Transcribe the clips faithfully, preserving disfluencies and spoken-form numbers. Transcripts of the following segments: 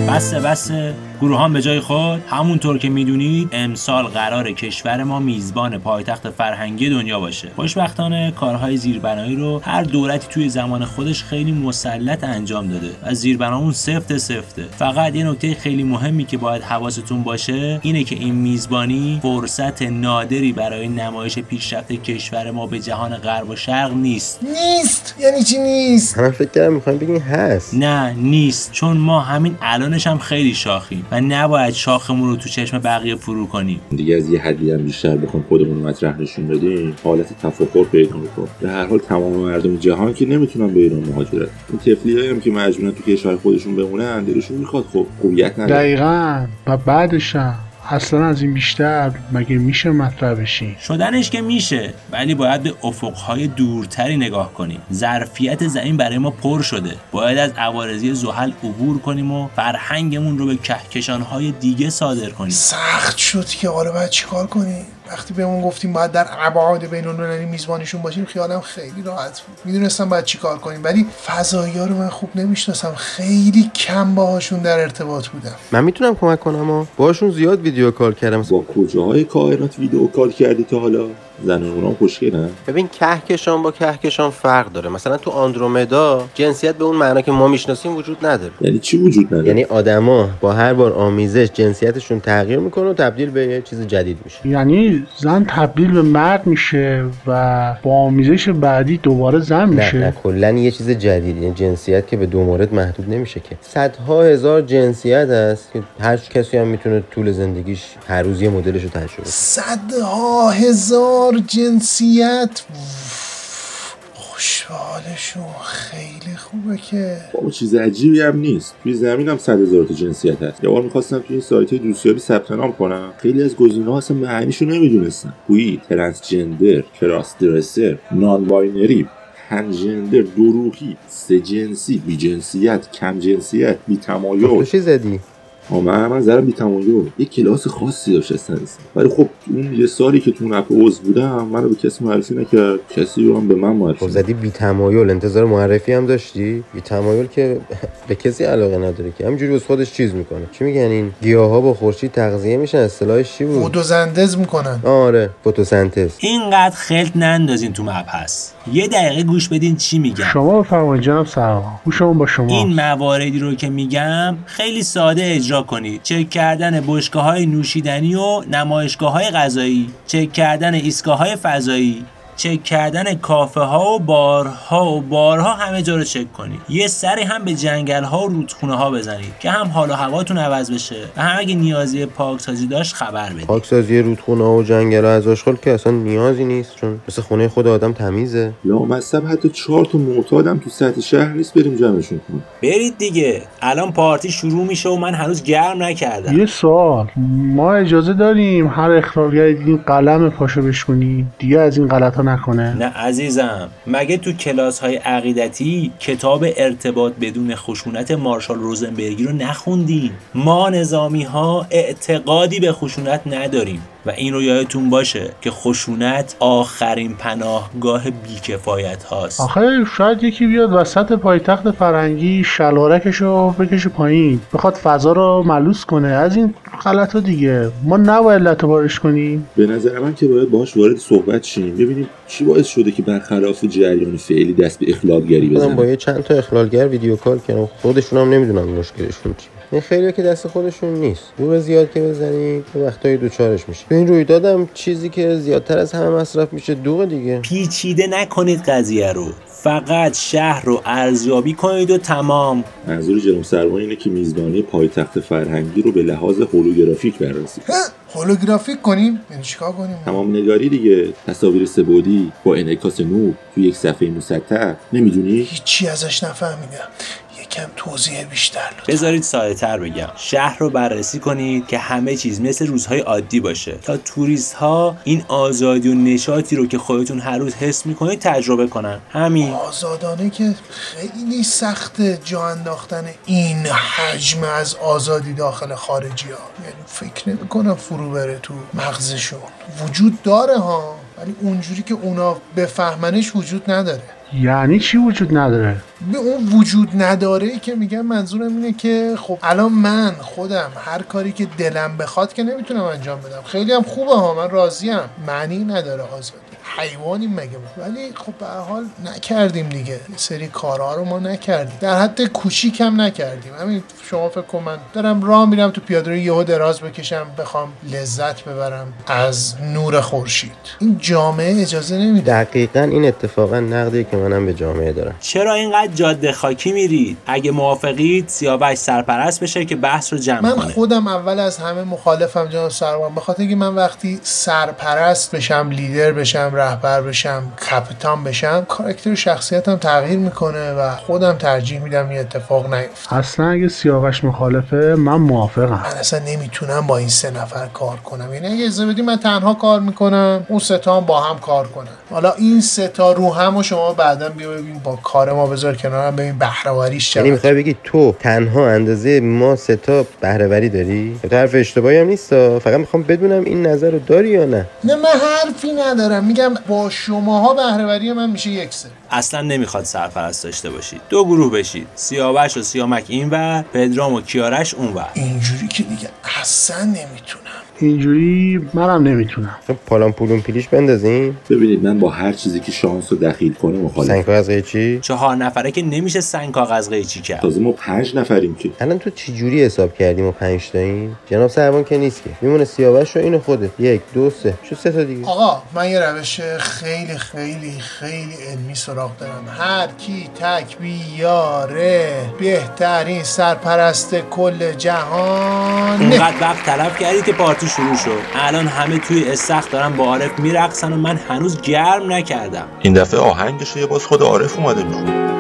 بسه بسه گروهان به جای خود. همونطور که میدونید امسال قرار کشور ما میزبان پایتخت فرهنگی دنیا باشه. خوشبختانه کارهای زیربنایی رو هر دولتی توی زمان خودش خیلی مسلط انجام داده و زیربنامون سفت سفته. فقط یه نکته خیلی مهمی که باید حواستون باشه اینه که این میزبانی فرصت نادری برای نمایش پیشرفت کشور ما به جهان غرب و شرق نیست. نیست یعنی چی نیست؟ من فکر کردم میخوایم بگین هست. نه نیست، چون ما همین الانش هم خیلی شاخیم و نباید شاخمون رو تو چشم بقیه فرو کنیم. دیگه از یه حدی هم بیشتر بخوام خودمون رو مطرح نشون بدیم حالت تفاخر پیدا می‌کنه. به هر حال تمام مردم جهان که نمیتونن به ایران مهاجرت. این تفلیایی هم که مجبورن تو کشور خودشون بمونن دلشون میخواد خب هویت نداره. دقیقاً. و بعدش اصلا از این بیشتر مگه میشه مطرح بشی؟ شدنش که میشه، ولی باید به افقهای دورتری نگاه کنیم. ظرفیت زمین برای ما پر شده. باید از عوارضی زحل عبور کنیم و فرهنگمون رو به کهکشانهای دیگه صادر کنیم. سخت شد که حالا باید چیکار کنیم؟ وقتی بهمون گفتیم باید در ابعاد بین‌المللی میزبانشون باشیم خیالم خیلی راحت بود. میدونستم باید چیکار کنیم، ولی فضایی‌ها رو من خوب نمیشناسم. خیلی کم باهاشون در ارتباط بودم. من میتونم کمک کنم ها. باهاشون زیاد ویدیو کال کردم. با کجاهای کائنات ویدیو کال کردی تا حالا؟ زن اونام خوشگلن. ببین کهکشان با کهکشان فرق داره. مثلا تو آندرومدا جنسیت به اون معنا که ما میشناسیم وجود نداره. یعنی چی وجود نداره؟ یعنی آدما با هر بار آمیزش جنسیتشون تغییر میکنه و تبدیل به یه چیز جدید میشه. یعنی زن تبدیل به مرد میشه و با آمیزش بعدی دوباره زن میشه. نه نه کلا یه چیز جدید. یعنی جنسیت که به دو مورد محدود نمیشه که. صدها هزار جنسیت هست که هر کسی هم میتونه طول زندگیش هر روز یه مدلش رو تجربه کنه. صدها هزار جنسیت. خوشحالشون خیلی خوبه که بابا چیز عجیبی هم نیست. توی زمین هم صد هزار تا جنسیت هست. یه بار می‌خواستم توی این سایت دوستیابی ثبت نام کنم. خیلی از گزینه‌ها اصلا معنیشو نمیدونستم. کوئی، ترنسجندر، کراس درسر، نان باینری، پنجندر، دوروحی، سه جنسی، بی جنسیت، کم جنسیت، بی تمایل. تو چی زدی؟ من من ذره بی تمایل. یه کلاس خاصی داشت اصلا. ولی خب اون یه سالی که تو اون اپ عضو بودم منو به کسی معرفی نکرد. کسی رو هم به من معرفی. خب زدی بی تمایل، انتظار معرفی هم داشتی؟ بی تمایل که به کسی علاقه نداره که همینجوری از خودش چیز میکنه. چی میگن این گیاها با خورشید تغذیه میشن؟ اصطلاحش چی بود؟ فتوسنتز میکنن. آره فتوسنتز. اینقدر خلط نندازین تو مبحث. یه دقیقه گوش بدین چی میگم. شما بفرمایید جناب سروا. گوشمون با شما. این مواردی رو که میگم خیلی ساده اجرا کنید. چک کردن بشکه‌های نوشیدنی و نمایشگاه‌های غذایی، چک کردن ایستگاه‌های فضایی، چک کردن کافه ها و بارها و بارها همه جا رو چک کنید. یه سری هم به جنگل ها و رودخونه ها بزنید که هم حال و هواتون عوض بشه و هم اگه نیازی پاکسازی داشت خبر بدید. پاکسازی رودخونه ها و جنگل ها از آشغال که اصلا نیازی نیست، چون مثل خونه خود آدم تمیزه. لامصب حتی چهار تا معتادم تو سطح شهر نیست بریم جمعشون کنیم. برید دیگه، الان پارتی شروع میشه و من هنوز گرم نکردم. یه سوال، ما اجازه داریم هر اخراجگری این قلم پاشو بشکنی دیگه از این غلطا نکنه؟ نه عزیزم، مگه تو کلاس های عقیدتی کتاب ارتباط بدون خشونت مارشال روزنبرگی رو نخوندیم؟ ما نظامی ها اعتقادی به خشونت نداریم و این رو یادتون باشه که خشونت آخرین پناهگاه بیکفایت هاست. آخه شاید یکی بیاد وسط پایتخت فرنگی شلوارکشو بکشه پایین بخواد فضا رو ملوث کنه. از این غلطا دیگه ما نباید لطو بارش کنیم. به نظر من که باید باهاش وارد صحبت شیم، ببینیم چی باعث شده که برخلاف جریان فعلی دست به اخلالگری بزنه. من با یه چند تا اخلالگر ویدیو کال کردم، خودشون هم نمیدونم مشکلشون چیه. این خیلیه که دست خودشون نیست. رو زیاد که بزنی به وقتای دوچارش میشه. تو این رویدادم چیزی که زیادتر از همه مصرف میشه دوغ دیگه. پیچیده نکنید قضیه رو، فقط شهر رو ارزیابی کنید و تمام. منظور جناب سروا اینه که میزبانی پایتخت فرهنگی رو به لحاظ هولوگرافیک بررسی کنیم. هولوگرافیک کنیم؟ یعنی چیکار کنیم؟ تمام نگاری دیگه، تصاویر سه‌بعدی با انعکاس نور توی یک صفحه مسطح. نمیدونی؟ هیچی ازش نفهمیدم. یکم توضیح بیشتر لطفا. بذارید ساده تر بگم. شهر رو بررسی کنید که همه چیز مثل روزهای عادی باشه تا توریست ها این آزادی و نشاطی رو که خودتون هر روز حس میکنید تجربه کنن. همین. آزادانه که خیلی سخته جا انداختن این حجم از آزادی داخل خارجی ها. یعنی فکر نمی کنم فرو بره تو مغزشون. وجود داره ها، ولی اونجوری که اونا بفهمنش وجود نداره. یعنی چی وجود نداره؟ به اون وجود نداره که میگم منظورم اینه که خب الان من خودم هر کاری که دلم بخواد که نمیتونم انجام بدم. خیلی هم خوبه ها، من راضیم، معنی نداره آزادی، حیوانیم مگه، ولی خب به هر حال نکردیم دیگه، یه سری کارها رو ما نکردیم، در حد کوچیک هم نکردیم. همین شما فکر کن من دارم راه میرم تو پیاده‌رو یهو دراز بکشم بخوام لذت ببرم از نور خورشید، این جامعه اجازه نمیده. دقیقاً این اتفاقا نقدیه که منم به جامعه دارم. چرا اینقدر جاده خاکی میرید؟ اگه موافقید سیاوش سرپرست بشه که بحث رو جمع من کنه. خودم اول از همه مخالفم جناب سروان، به خاطر اینکه من وقتی سرپرست بشم، لیدر بشم، رهبر بشم، کاپیتان بشم، کاراکتر شخصیتم تغییر میکنه و خودم ترجیح میدم این اتفاق نیفته. اصلا اگه سیاوش مخالفه من موافقم. من اصلا نمیتونم با این سه نفر کار کنم، یعنی اگه اجازه بدی من تنها کار میکنم، اون سه تا هم با هم کار کنن. حالا این سه تا رو هم و شما بعداً بیا ببین با کار ما بذار کنارم ببین بهره‌وریش چقدر. یعنی میخوای بگی تو تنها اندازه ما سه تا بهره‌وری داری؟ تو حرف اشتباهی هم نیست، فقط میخوام بدونم این نظر رو داری یا نه. نه من حرفی ندارم، میگم با شماها بهره‌وری من میشه یک سه. اصلا نمیخواد سرپرست داشته باشید، دو گروه بشید، سیاوش و سیامک اینور، پدرام و کیارش اونور. اینجوری که دیگه اصلا نمیتونم. اینجوری منم نمیتونم. تو پالان پولون پیلیش بندازیم. ببینید من با هر چیزی که شانس رو دخیل کنه مخالفم. سنگ کاغذ قیچی؟ چهار نفره که نمیشه سنگ کاغذ قیچی کرد. تازه ما پنج نفریم که. الان تو چی جوری حساب کردیم و پنج تاییم؟ جناب سروان که نیست که. میمونه سیاوش و اینو خودت. یک دو سه. شو سه تا دیگه. آقا من یه روش خیلی خیلی خیلی علمی سراغ دارم. هر کی تک بیاره بهترین سرپرست کل جهان. اونقدر وقت تلف کردی که پارتی شروع شد. الان همه توی استخ دارن با عارف میرقصن و من هنوز گرم نکردم. این دفعه آهنگش یه باز خود عارف اومده بیرون.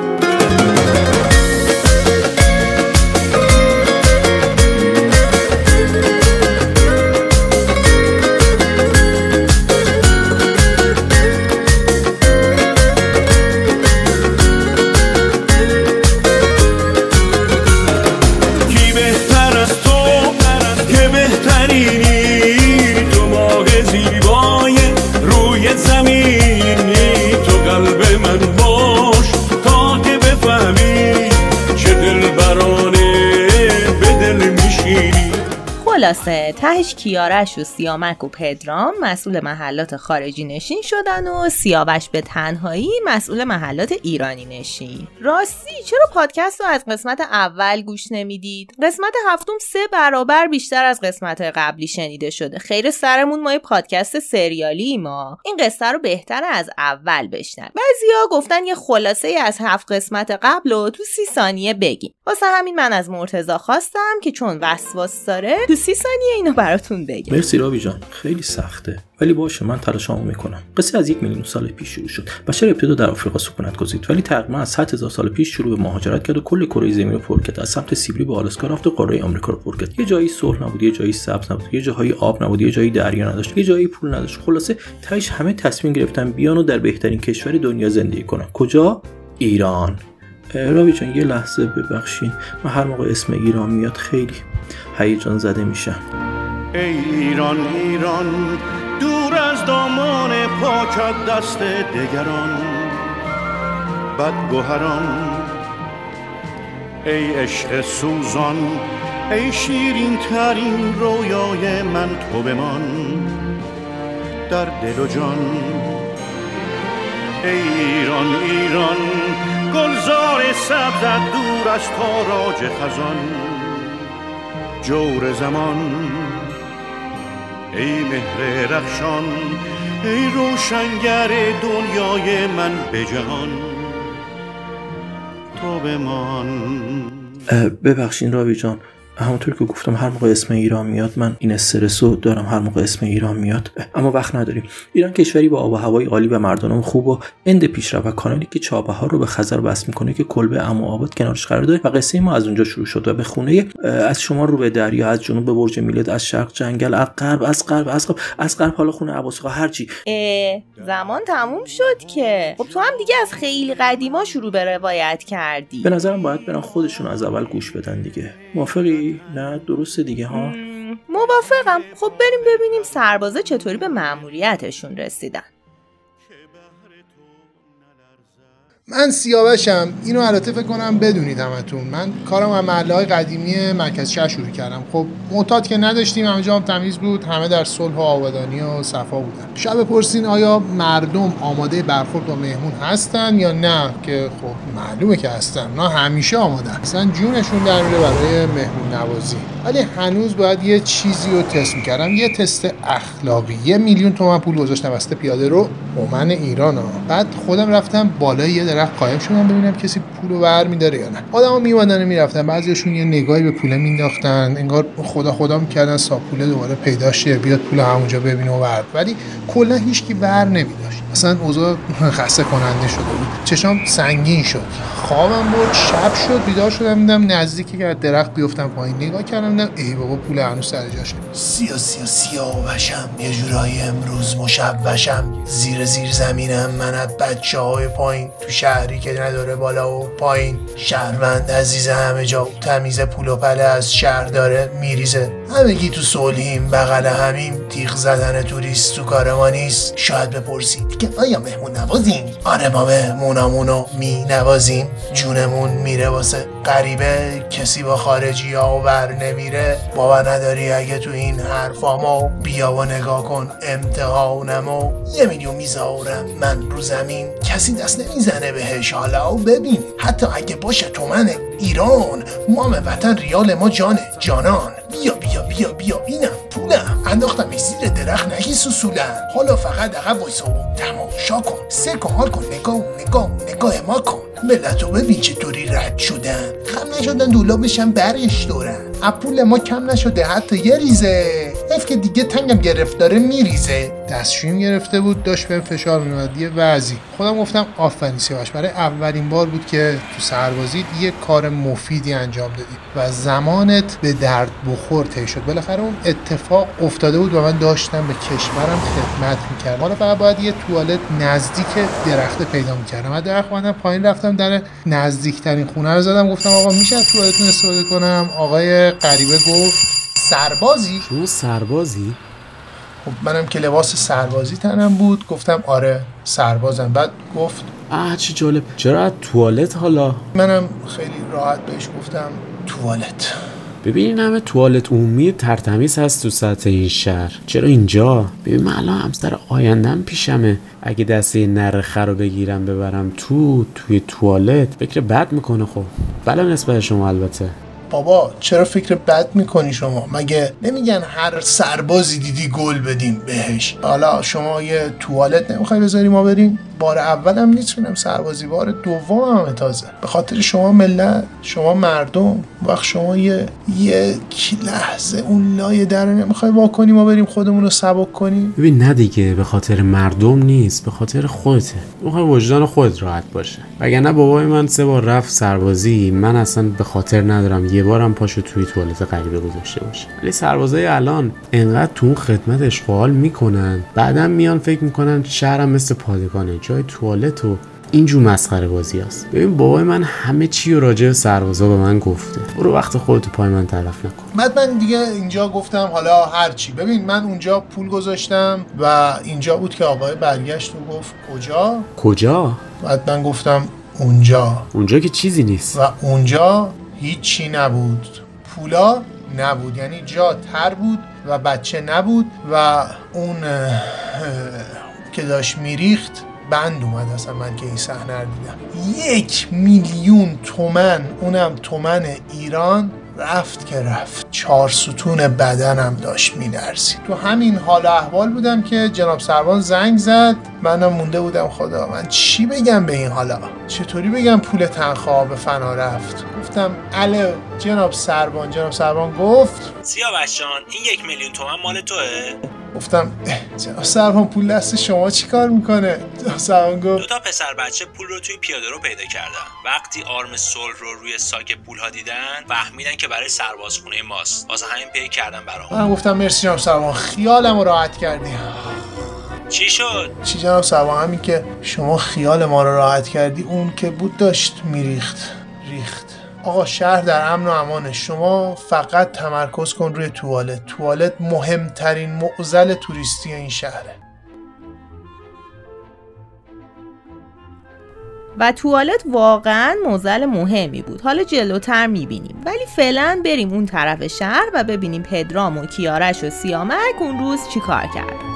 خلاصه تهش کیارش و سیامک و پدرام مسئول محلات خارجی نشین شدن و سیاوش به تنهایی مسئول محلات ایرانی نشین. راستی چرا پادکست رو از قسمت اول گوش نمیدید؟ قسمت هفتم سه برابر بیشتر از قسمت قبلی شنیده شده. خیر سرمون، ما یه پادکست سریالی ما این قصه رو بهتره از اول بشنوید. بعضیا گفتن یه خلاصه ای از هفت قسمت قبل رو تو سی ثانیه بگیم. واسه همین من از مرتضی خواستم که چون وسواس داره تو سی ثانیه اینو براتون بگم. مرسی راوی جان، خیلی سخته ولی باشه، من تلاشمو میکنم. قصه از یک میلیون سال پیش شروع شد. بشر ابتدا در آفریقا سکونت گزید ولی تقریبا از صد هزار سال پیش شروع به مهاجرت کرد و کل کره زمین رو پر کرد. از سمت سیبری به آلاسکا رفت و قاره آمریکا رو پر کرد. یه جایی صلح نبود، یه جایی سبز نبود، یه جایی آب نبود، یه جایی دریا نداشت، یه جایی پول نداشت. خلاصه تهش همه تصمیم گرفتن بیان و در بهترین کشور دنیا زندگی کنن. کجا؟ ایران. راوی جان یه لحظه ببخشین، من هر موقع اسم ایران میاد خیلی هیجان زده میشم. ای ایران ایران دور از دامان پاکت دست دگران بدگوهران، ای عشق سوزان، ای شیرین ترین رویای من تو بمان در دل و جان. ای ایران ایران گلزار سبزت دور از تاراج خزان جور زمان، ای مهر رخشان، ای روشنگر دنیای من به جهان تو بمان. ببخشین راوی جان، همونطور که گفتم هر موقع اسم ایران میاد من این استرسو دارم. هر موقع اسم ایران میاد اما وقت نداریم. ایران کشوری با آب و هوای عالی و مردم خوب و اند پیشرفت و کانالی که چابهار رو به خزر وصل میکنه که کلبه عمو آباد کنارش قرار داره و قصه ما از اونجا شروع شد و به خونه از شما رو به دریا، از جنوب به برج میلاد، از شرق جنگل، از غرب از غرب از غرب از غرب حالا خونه عباس آقا، هر چی. زمان تموم شد که خب تو هم دیگه از خیلی قدیما شروع به روایت کردی. به نظرم باید برن خودشون از اول گوش بدن دیگه. موافقی؟ نه درسته دیگه ها؟ موافقم. خب بریم ببینیم سربازا چطوری به مأموریتشون رسیدن. من سیاوشم. اینو البته فکر کنم بدونید همتون. من کارم از محله‌های قدیمی مرکز شهر شروع کردم. خب معتاد که نداشتیم، همه جا هم تمیز بود، همه در صلح و آبادانی و صفا بودن. شب پرسین آیا مردم آماده برخورد با مهمون هستن یا نه؟ که خب معلومه که هستن. اونا همیشه آمادن. اصلا جونشون در میره برای مهمون نوازی. ولی هنوز باید یه چیزی رو تست می‌کردم، یه تست اخلاقی. یه میلیون تومان پول گذاشتم واسه پیاده رو اومن ایران ها. بعد خودم رفتم بالای یه درخت قایم شدم ببینم کسی پولو برمی‌داره یا نه. آدما میومدن و میرفتن، بعضیشون یه نگاهی به پول مینداختن، انگار خدا خدا میکردن سا پول دوباره پیدا شه بیاد پول همونجا ببینه و برد. ولی کلا هیچکی بر نمی‌داشت. اصلا اوضاع خسته کننده شده بود. چشام سنگین شد. خوابم برد. شب شد بیدار شدم دیدم نزدیکی که درخت بیفتم پایین. نگاه کردم دیدم ای بابا پول هنوز سر جاشه. سیا سیا سیاوشم، یه جورایی امروز مشوشم. زیر زیر زمینم من از بچه‌های پایین، تو شهری که نداره بالا و پایین. شهروند عزیز همه جا تمیز، پول و پله از شهر داره میریزه. همگی تو صلحیم، بغل همیم. تیغ زدن توریست تو کار ما نیست. شاید بپرسید که آیا مهمون نوازیم؟ آره ما مهمونامونو می نوازیم. جونمون میره واسه غریبه، کسی با خارجی ها بر نمیره. باور نداری اگه تو این حرفامو بیا و نگاه کن امتحانمو. یه میلیون میذارم من رو زمین، کسی دست نمیزنه بهش. حالا ببین حتی اگه باشه تومن ایران، مام وطن ریال ما جانه جانان. بیا بیا بیا بیا اینم پولم، انداختم زیر درخت نگی سوسولم. حالا فقط عقب وایسا و تماشا کن، سر کن حال کن، نگاه نگاه نگاه ما کن. ملتو ببین چطوری رد شدن، خم نشدن دولابشم برش دورن. پول ما کم نشده حتی یه ریزه. حیف که دیگه تنگم گرفت داره میریزه. دستشوییم گرفته بود، داشت بهم فشار میومد یه وضعی. خودم گفتم آفرین سیاوش، برای اولین بار بود که تو سربازی یه کار مفیدی انجام دادی و زمانت به درد بخور طی شد. بالاخره اون اتفاق افتاده بود و من داشتم به کشورم خدمت میکردم. حالا فقط باید یه توالت نزدیک درخت پیدا میکردم. من درخت اومدم پایین، رفتم در نزدیکترین خونه رو زدم، گفتم آقا میشه توالتتون استفاده کنم؟ آقای غریبه گفت سربازی؟ شما سربازی؟ خب منم که لباس سربازی تنم بود گفتم آره سربازم. بعد گفت آه چه جالب، چرا از توالت حالا؟ منم خیلی راحت بهش گفتم توالت. ببین همه توالت عمومی ترتمیز هست تو سطح این شهر، چرا اینجا؟ ببین من الان همسر آیندم پیشمه، اگه دسته نر خر رو بگیرم ببرم تو توی توالت فکر بد میکنه. خب بله نسبت شما البته. بابا چرا فکر بد میکنی شما؟ مگه نمیگن هر سربازی دیدی گل بدیم بهش؟ حالا شما یه توالت نمیخوای بذاری ما بریم؟ بار اولم نیستونم سربازی، بار دوم هم تازه. به خاطر شما ملت، شما مردم. وقت شما یه یک لحظه اون لایه در رو نمیخوای واکنی ما بریم خودمون رو سبک کنیم؟ ببین نه دیگه، به خاطر مردم نیست، به خاطر خودته. میخوای وجدان خودت راحت باشه. وگرنه بابای من سه بار رفت سربازی، من اصلا به خاطر ندارم یه بارم پاشو توی توالت غریبه گذاشته باشه. ولی سربازای الان انقدر تو اون خدمت اشغال میکنن، بعدم میان فکر میکنن شهرم مثل پادگانه، جای توالت و اینجور مسخره بازی هست. ببین بابای من همه چی رو راجع به سربازا به من گفته. برو وقت خودت پای من تلف نکن. بعد من دیگه اینجا گفتم حالا هر چی. ببین من اونجا پول گذاشتم و اینجا بود که آقای برگشت و گفت کجا؟ کجا؟ بعد من گفتم اونجا. اونجا که چیزی نیست. و اونجا هیچی نبود. پولا نبود، یعنی جا تر بود و بچه نبود و اون که داشت میریخت بند اومد. اصلا من که این صحنه رو دیدم یک میلیون تومن، اونم تومن ایران، رفت که رفت. چهار ستون بدنم داشت میلرزید. تو همین حال احوال بودم که جناب سربان زنگ زد. منم مونده بودم خدا من چی بگم به این حالا، چطوری بگم پول تنخواه به فنا رفت. گفتم اله جناب سربان. جناب سربان گفت سیاوش جان این یک میلیون تومن مال توه؟ گفتم جناب سربان پول دست شما چی کار میکنه؟ جناب سربان گفت دو تا پسر بچه پول رو توی پیاده رو پیدا کردن. وقتی آرم صلح رو روی ساک پول ها دیدن فهمیدن که برای سربازخونه ماست، واسه همین پی کردن برام. من گفتم مرسی جناب سربان، خیالم رو راحت کردی. چی شد؟ چی جناب سربان؟ همین که شما خیال ما رو راحت کردی، اون که بود داشت میریخت ریخت. آقا شهر در امن و امانه، شما فقط تمرکز کن روی توالت. توالت مهمترین معضل توریستی این شهره. و توالت واقعا معضل مهمی بود. حالا جلوتر میبینیم، ولی فعلا بریم اون طرف شهر و ببینیم پدرام و کیارش و سیامک اون روز چی کار کردن.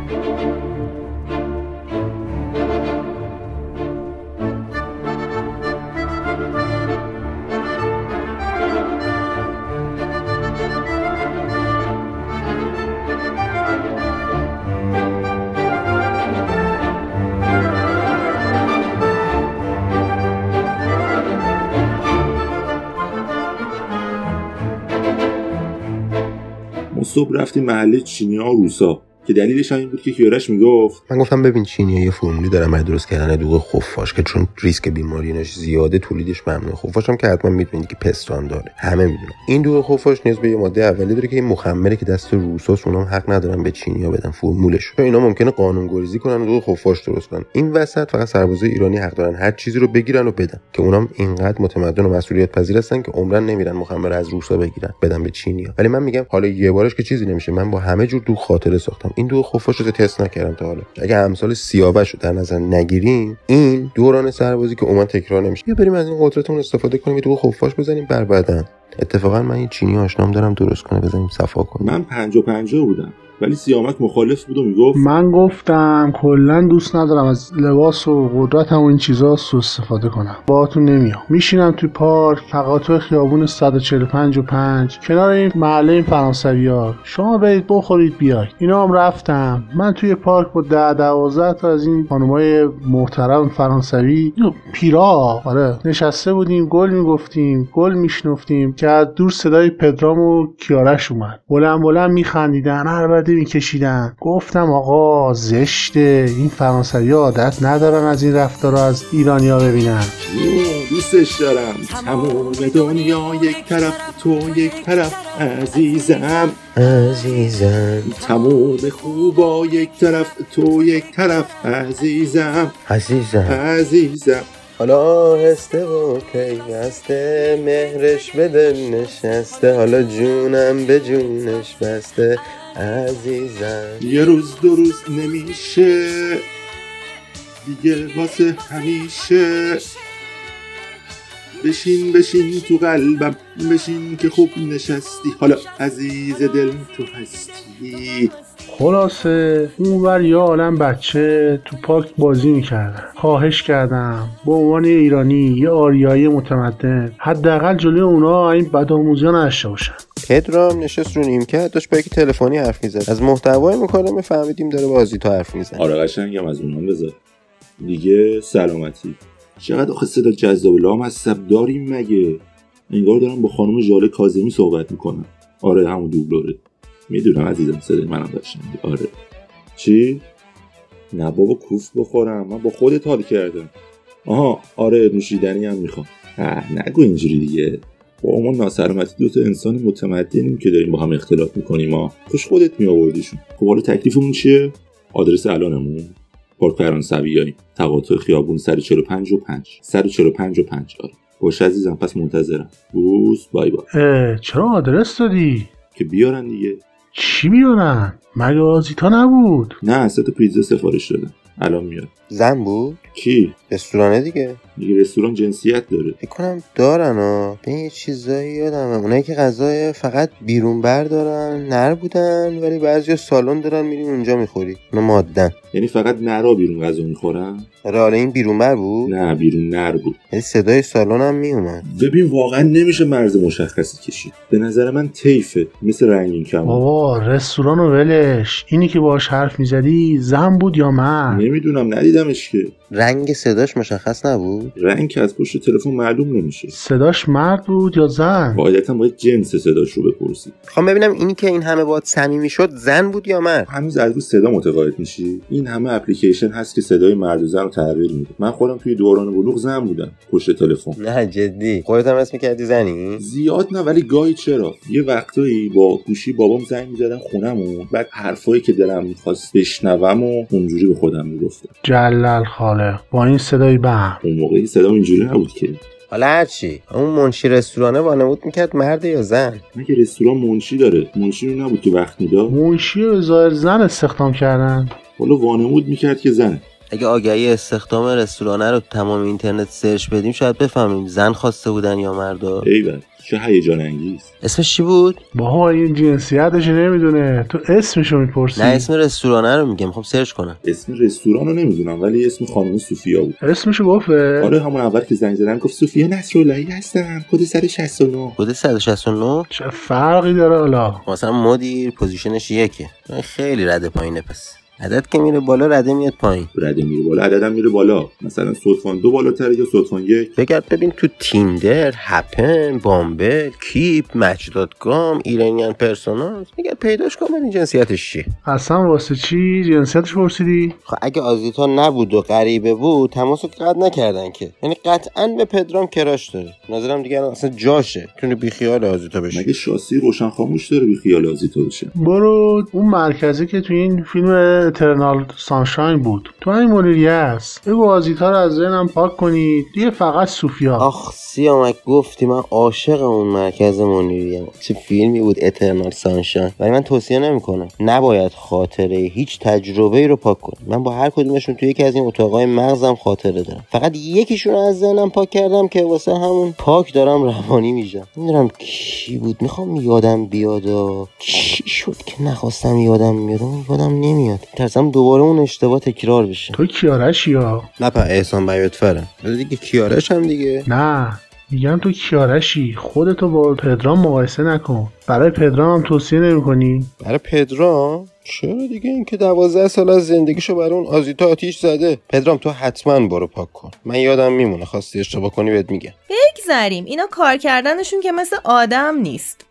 ما صبح رفتیم محله چینی‌ها و روسا که دلیلش هم این بود که کیارش میگفت من گفتم ببین چینی‌ها یه فرمولی دارن برای درست کردن دوغ خفاش که چون ریسک بیمارینش زیاده تولیدش ممنوعه. خفاش هم که حتما میدونید که پستان داره، همه میدونن. این دوغ خفاش نیاز به یه ماده اولیه داره که این مخمره که دست روساست، اونام حق ندارن به چینی‌ها بدن فرمولش، چون اینا ممکنه قانون‌گریزی کنن و دوغ خفاش درست کنن. این وسط فقط سربازای ایرانی حق دارن هر چیزی رو بگیرن و بدن که اونام اینقدر متمدن و مسئولیت پذیر هستن که عمرن نمیرن مخمره از روسا بگیرن بدن به چینی‌ها. ولی من میگم حالا یه بارش که چیزی نمیشه، من با همه جور دوغ خاطره ساختم. این دوغ خفاش رو تست نکردم تا حالا. اگه امثال سیاوش رو در نظر نگیریم، این دوران سربازی که عموما تکرار نمیشه، یا بریم از این قدرتمون استفاده کنیم یه دوغ خفاش بزنیم بر بدن. اتفاقا من یه چینی آشنام دارم درست کنه، بزنیم صفا کنیم. من پنجاه پنجاه بودم ولی سیامک مخالف بود و میگفت من گفتم کلا دوست ندارم از لباس و قدرتم و این چیزا سوء استفاده کنم. باهاتون نمیام. میشینم توی پارک تقاطع خیابون صد و چهل و پنج و پنج کنار این محله این فرانسوی‌ها. شما برید بخورید بیاید. اینا هم رفتم. من توی پارک با ده دوازده تا از این خانمای محترم فرانسوی پیرا آره نشسته بودیم، گل میگفتیم، گل میشنفتیم که از دور صدای پدرام و کیارش اومد. بلند بلند میخندیدن، هر میکشیدن. گفتم آقا زشته، این فرانسوی عادت ندارن از این رفتارا از ایرانیا ببینن. دوستش دارم، تمام دنیا یک طرف تو یک طرف عزیزم عزیزم، تمام خوبا یک طرف تو یک طرف عزیزم عزیزم عزیزم. حالا هسته و پیوسته، مهرش به دل نشسته، حالا جونم به جونش بسته عزیزم. یه روز دو روز نمیشه دیگه واسه همیشه، بشین بشین تو قلبم، بشین که خوب نشستی، حالا عزیز دل تو هستی. خلاصه اونور یه عالم بچه تو پارک بازی میکردن. خواهش کردم به عنوان ایرانی یه آریایی متمدن حداقل جلوی اونا این بدآموزی ها نشه باشن. پدرام نشست رو نیمکت داشت با یکی تلفنی حرف میزد. از محتوای مکالمه فهمیدیم داره بازی تا حرف میزنه. آره قشنگم از اونام بذار دیگه. سلامتی. چقدر آخه صدا جذاب لام از سب داریم مگه؟ انگار دارم با خانم ژاله کاظمی صحبت میکنم. آره همون دوبلوره. میدونم عزیزم صدای منم داشتم. آره چی؟ نه بابا کوف بخورم، من با خودت حال کردم. آها آره نوشیدنی هم میخوام. اه نگو اینجوری دیگه. با ما ناسلامتی دوتا انسان متمدنیم که داریم با هم اختلاط میکنیم. ها خوش خودت میآوردیشون. خب حالا تکلیفمون چیه؟ آدرس الانمون پارک فرانسویایی، تقاطع خیابون صد و چهل و پنج و پنج صد و چهل و پنج و پنج. آره باشه عزیزم، پس منتظرم. بوس بای بای. چرا آدرس دادی؟ که بیارن دیگه. چی بیارن؟ مگه آزیتا نبود؟ نه سه تا پیتزا سفارش دادم، الان میاد. زن بود؟ کی؟ رستورانه دیگه. دیگه رستوران جنسیت داره. فکر کنم دارن ها. به یه چیزایی یادمه، اونایی که غذای فقط بیرون بر دارن نر بودن، ولی بعضیا سالن دارن میری اونجا میخوری. اونا مادن. یعنی فقط نرا بیرون غذا میخورن؟ آره حالا این بیرون بر بود؟ نه بیرون نر بود. یعنی صدای سالن هم میومد. ببین واقعا نمیشه مرز مشخصی کشید. به نظر من طیفه، مثل رنگین کمان. بابا رستورانو ولش. اینی که باهاش حرف میزدی زن بود یا مرد؟ نمیدونم ندیدمش که. رنگ صداش مشخص نبود؟ رنگ که از پشت تلفن معلوم نمیشه. صداش مرد بود یا زن؟ قاعدتا باید جنس صداش رو بپرسی. میخوام ببینم اینی که این همه باهات صمیمی شد زن بود یا مرد؟ هنوز از رو صدا متقاعد میشی؟ این همه اپلیکیشن هست که صدای مرد و زن رو تغییر میده. من خودم توی دوران بلوغ زن بودم پشت تلفن. نه جدی؟ خودت هم اسم کردی زنی؟ زیاد نه ولی گاهی چرا. یه وقتایی با گوشی بابام زنگ می‌زدن خونمون، بعد حرفایی که دلم می‌خواست بشنوم و اونجوری به خودم میگفتم. جلل خالق با این صدای بهم. اون موقعی صدا اینجوری نبود که. حالا هرچی اون منشی رستورانه وانمود میکرد مرد یا زن؟ مگه رستوران منشی داره؟ منشی رو نبود که وقت میداد؟ منشی رو ظاهر زن استخدام کردن. حالا وانمود میکرد که زنه. اگه آگهی استخدام رستورانه رو تمام اینترنت سرچ بدیم شاید بفهمیم زن خواسته بودن یا مردا. ایول چه هیجان انگیز. اسمش چی بود؟ بابا این جنسیتش نمیدونه، تو اسمشو میپرسی؟ نه اسم رستورانه رو میگم، میخوام سرچ کنم. اسم رستوران رو نمیدونم ولی اسم خانم صوفیا بود. اسمشو گفته؟ آره همون اول که زنگ زدم گفت صوفیا نصراللهی هستم، کد صد و شصت و نه. کد صد و شصت و نه؟ چه فرقی داره حالا؟ مثلا مدیر پوزیشنش یکه، خیلی رده پایینه. پس عدد که میره بالا رده میاد پایین. رده میره بالا عددم میره بالا. مثلا صدفان دو بالاتره یا صدفان یک. بگرد ببین تو تیندر، هپن، بامبل، کیپ، مچ دات کام، ایرانیان پرسوناز، بگرد پیداش کن ببین جنسیتش چیه. اصلا واسه چی جنسیتش پرسیدی؟ خب اگه آزیتا نبود و غریبه بود تماسو قطع نکردن که. یعنی قطعاً به پدرام کراش داره. نظرم دیگه اصلا جاشه. تونه بی خیال آزیتا بشه. مگه شاسی روشن خاموش داره بی خیال آزیتا بشه؟ برو اون مرکزی که تو این فیلم اترنال سانشاین بود تو این مدیریه است، بگو آزیتا رو از ذهنم پاک کنید دیگه فقط صوفیا. آخ سیامک گفتی من عاشق اون مرکز منیریم. چه فیلمی بود اترنال سانشاین، ولی من توصیه نمیکنم. نباید خاطره هیچ تجربه‌ای رو پاک کنم. من با هر کدومشون توی یکی از این اتاقای مغزم خاطره دارم. فقط یکیشون رو از ذهنم پاک کردم که واسه همون پاک دارم روانی میشم. نمیدونم کی بود، میخوام یادم بیاد. کی شد که نخواستم یادم بیاد، یادم نمیاد. ترسم دوباره اون اشتباه تکرار بشه. تو کیارش یا؟ نه پا احسان بیاتفره دیگه. کیارش هم دیگه. نه میگم تو کیارشی، خودتو با پدرام مقایسه نکن. برای پدرام هم توصیه نمی‌کنی؟ برای پدرام؟ چرا دیگه؟ این که دوازده سال از زندگیشو برای اون آزیتا آتیش زده. پدرام تو حتما برو پاک کن. من یادم میمونه، خواستی اشتباه کنی بهت میگم. بگذریم اینا کار کردنشون که مثل آدم نیست.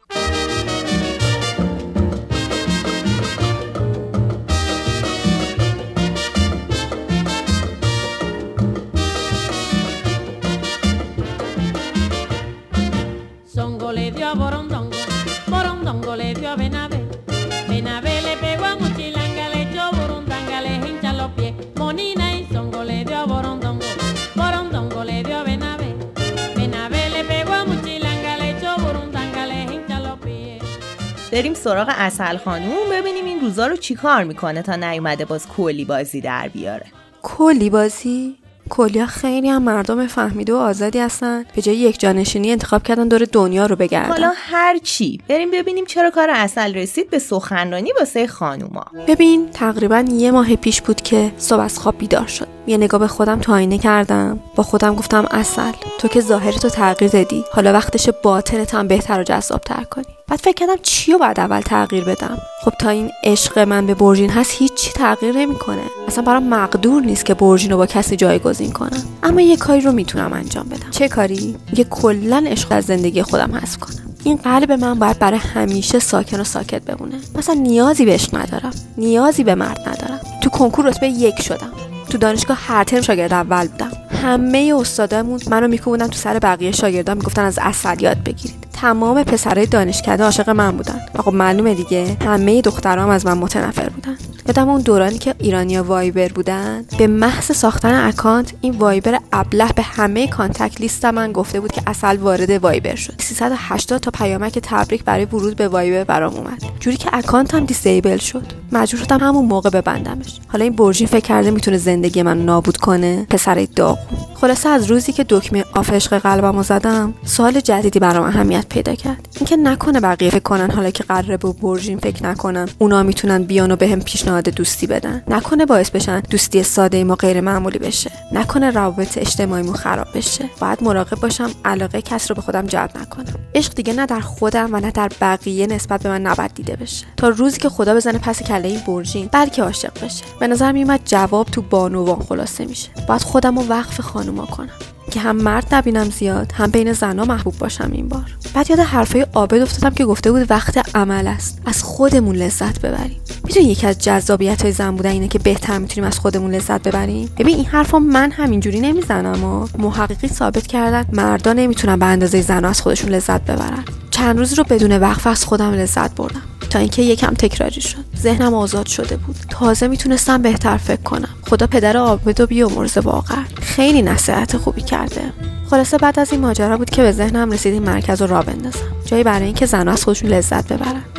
بریم سراغ عسل خانوم ببینیم این روزا رو چی کار میکنه تا نیومده باز کلی بازی در بیاره. کلی بازی؟ کلیا خیلی هم مردم فهمیده و آزادی هستن، به جای یک جانشینی انتخاب کردن دور دنیا رو بگردن. حالا هر چی، بریم ببینیم چرا کار عسل رسید به سخنرانی واسه خانوما. ببین تقریبا یه ماه پیش بود که صبح از خواب بیدار شد. یه نگاه به خودم تو آینه کردم، با خودم گفتم عسل تو که ظاهرتو تغییر دادی، حالا وقتشه باطنت هم بهتر و جذاب‌تر کنی. بعد فکر کردم چی رو باید اول تغییر بدم. خب تا این عشق من به برژین هست هیچی تغییر نمیکنه. اصلا برام مقدور نیست که برژین رو با کسی جایگزین کنم. اما یه کاری رو میتونم انجام بدم. چه کاری؟ یه کلا عشق از زندگی خودم حذف کنم. این قلب من باید برای همیشه ساکن و ساکت بمونه. مثلا نیازی به عشق ندارم، نیازی به مرد ندارم. تو کنکور رتبه یک شدم. تو دانشگاه هر ترم شاگرد اول بودم. همه استادامون منو میکوبوندن تو سر بقیه شاگردان، میگفتن از عسل یاد بگیرید. تمام پسرای دانشکده عاشق من بودن. خب معلومه دیگه همه دخترام از من متنفر بودن. یادم اون دورانی که ایرانیا وایبر بودن، به محض ساختن اکانت این وایبر ابله به همه کانتکت لیست من گفته بود که عسل وارد وایبر شد. سیصد و هشتاد تا پیامک تبریک برای ورود به وایبر برام اومد، جوری که اکانتم دیسیبل شد. مجبور شدم همون موقع ببندمش. حالا این برژین فکر کرده میتونه زندگی منو نابود کنه، پسر داغون. خلاصه از روزی که دکمه آف عشق قلبمو زدم، سوال جدیدی برام اهمیت پیدا کرد. اینکه نکنه بقیه فکر کنن حالا که قراره به برژین فکر نکنم اونا میتونن بیان و بهم پیشنهاد دوستی بدن. نکنه باعث بشن دوستی ساده ما غیر معمولی بشه. نکنه روابط اجتماعیمون خراب بشه. باید مراقب باشم علاقه کس رو به خودم جلب نکنم. عشق دیگه نه در خودم و نه در بقیه نسبت به من نباید دیده بشه. تا روزی که خدا بزنه پس کله این برژین بلکه عاشق بشه. به نظر میومد جواب تو بانوان خلاصه میشه. باید خودمو وقف خانوما کنم که هم مرد نبینم زیاد، هم بین زنا محبوب باشم این بار. بعد یاد حرفای عابد افتادم که گفته بود وقت عمل است، از خودمون لذت ببریم. میدونی یکی از جذابیت‌های زن بودن اینه که بهتر میتونیم از خودمون لذت ببریم. ببین این حرفا من همینجوری نمیزنم و محققین ثابت کردن مردا نمیتونن به اندازه زنا از خودشون لذت ببرن. چند روزی رو بدون وقف از خودم لذت بردم تا اینکه یکم تکراری شد. ذهنم آزاد شده بود. تازه میتونستم بهتر فکر کنم. خدا پدر عابد و بیامرزه واقعا. خیلی نصیحت خوبی کرده. خلاصه بعد از این ماجرا بود که به ذهنم رسید این مرکز رو راه بندازم. جایی برای اینکه زن‌ها از خودشون لذت ببرن.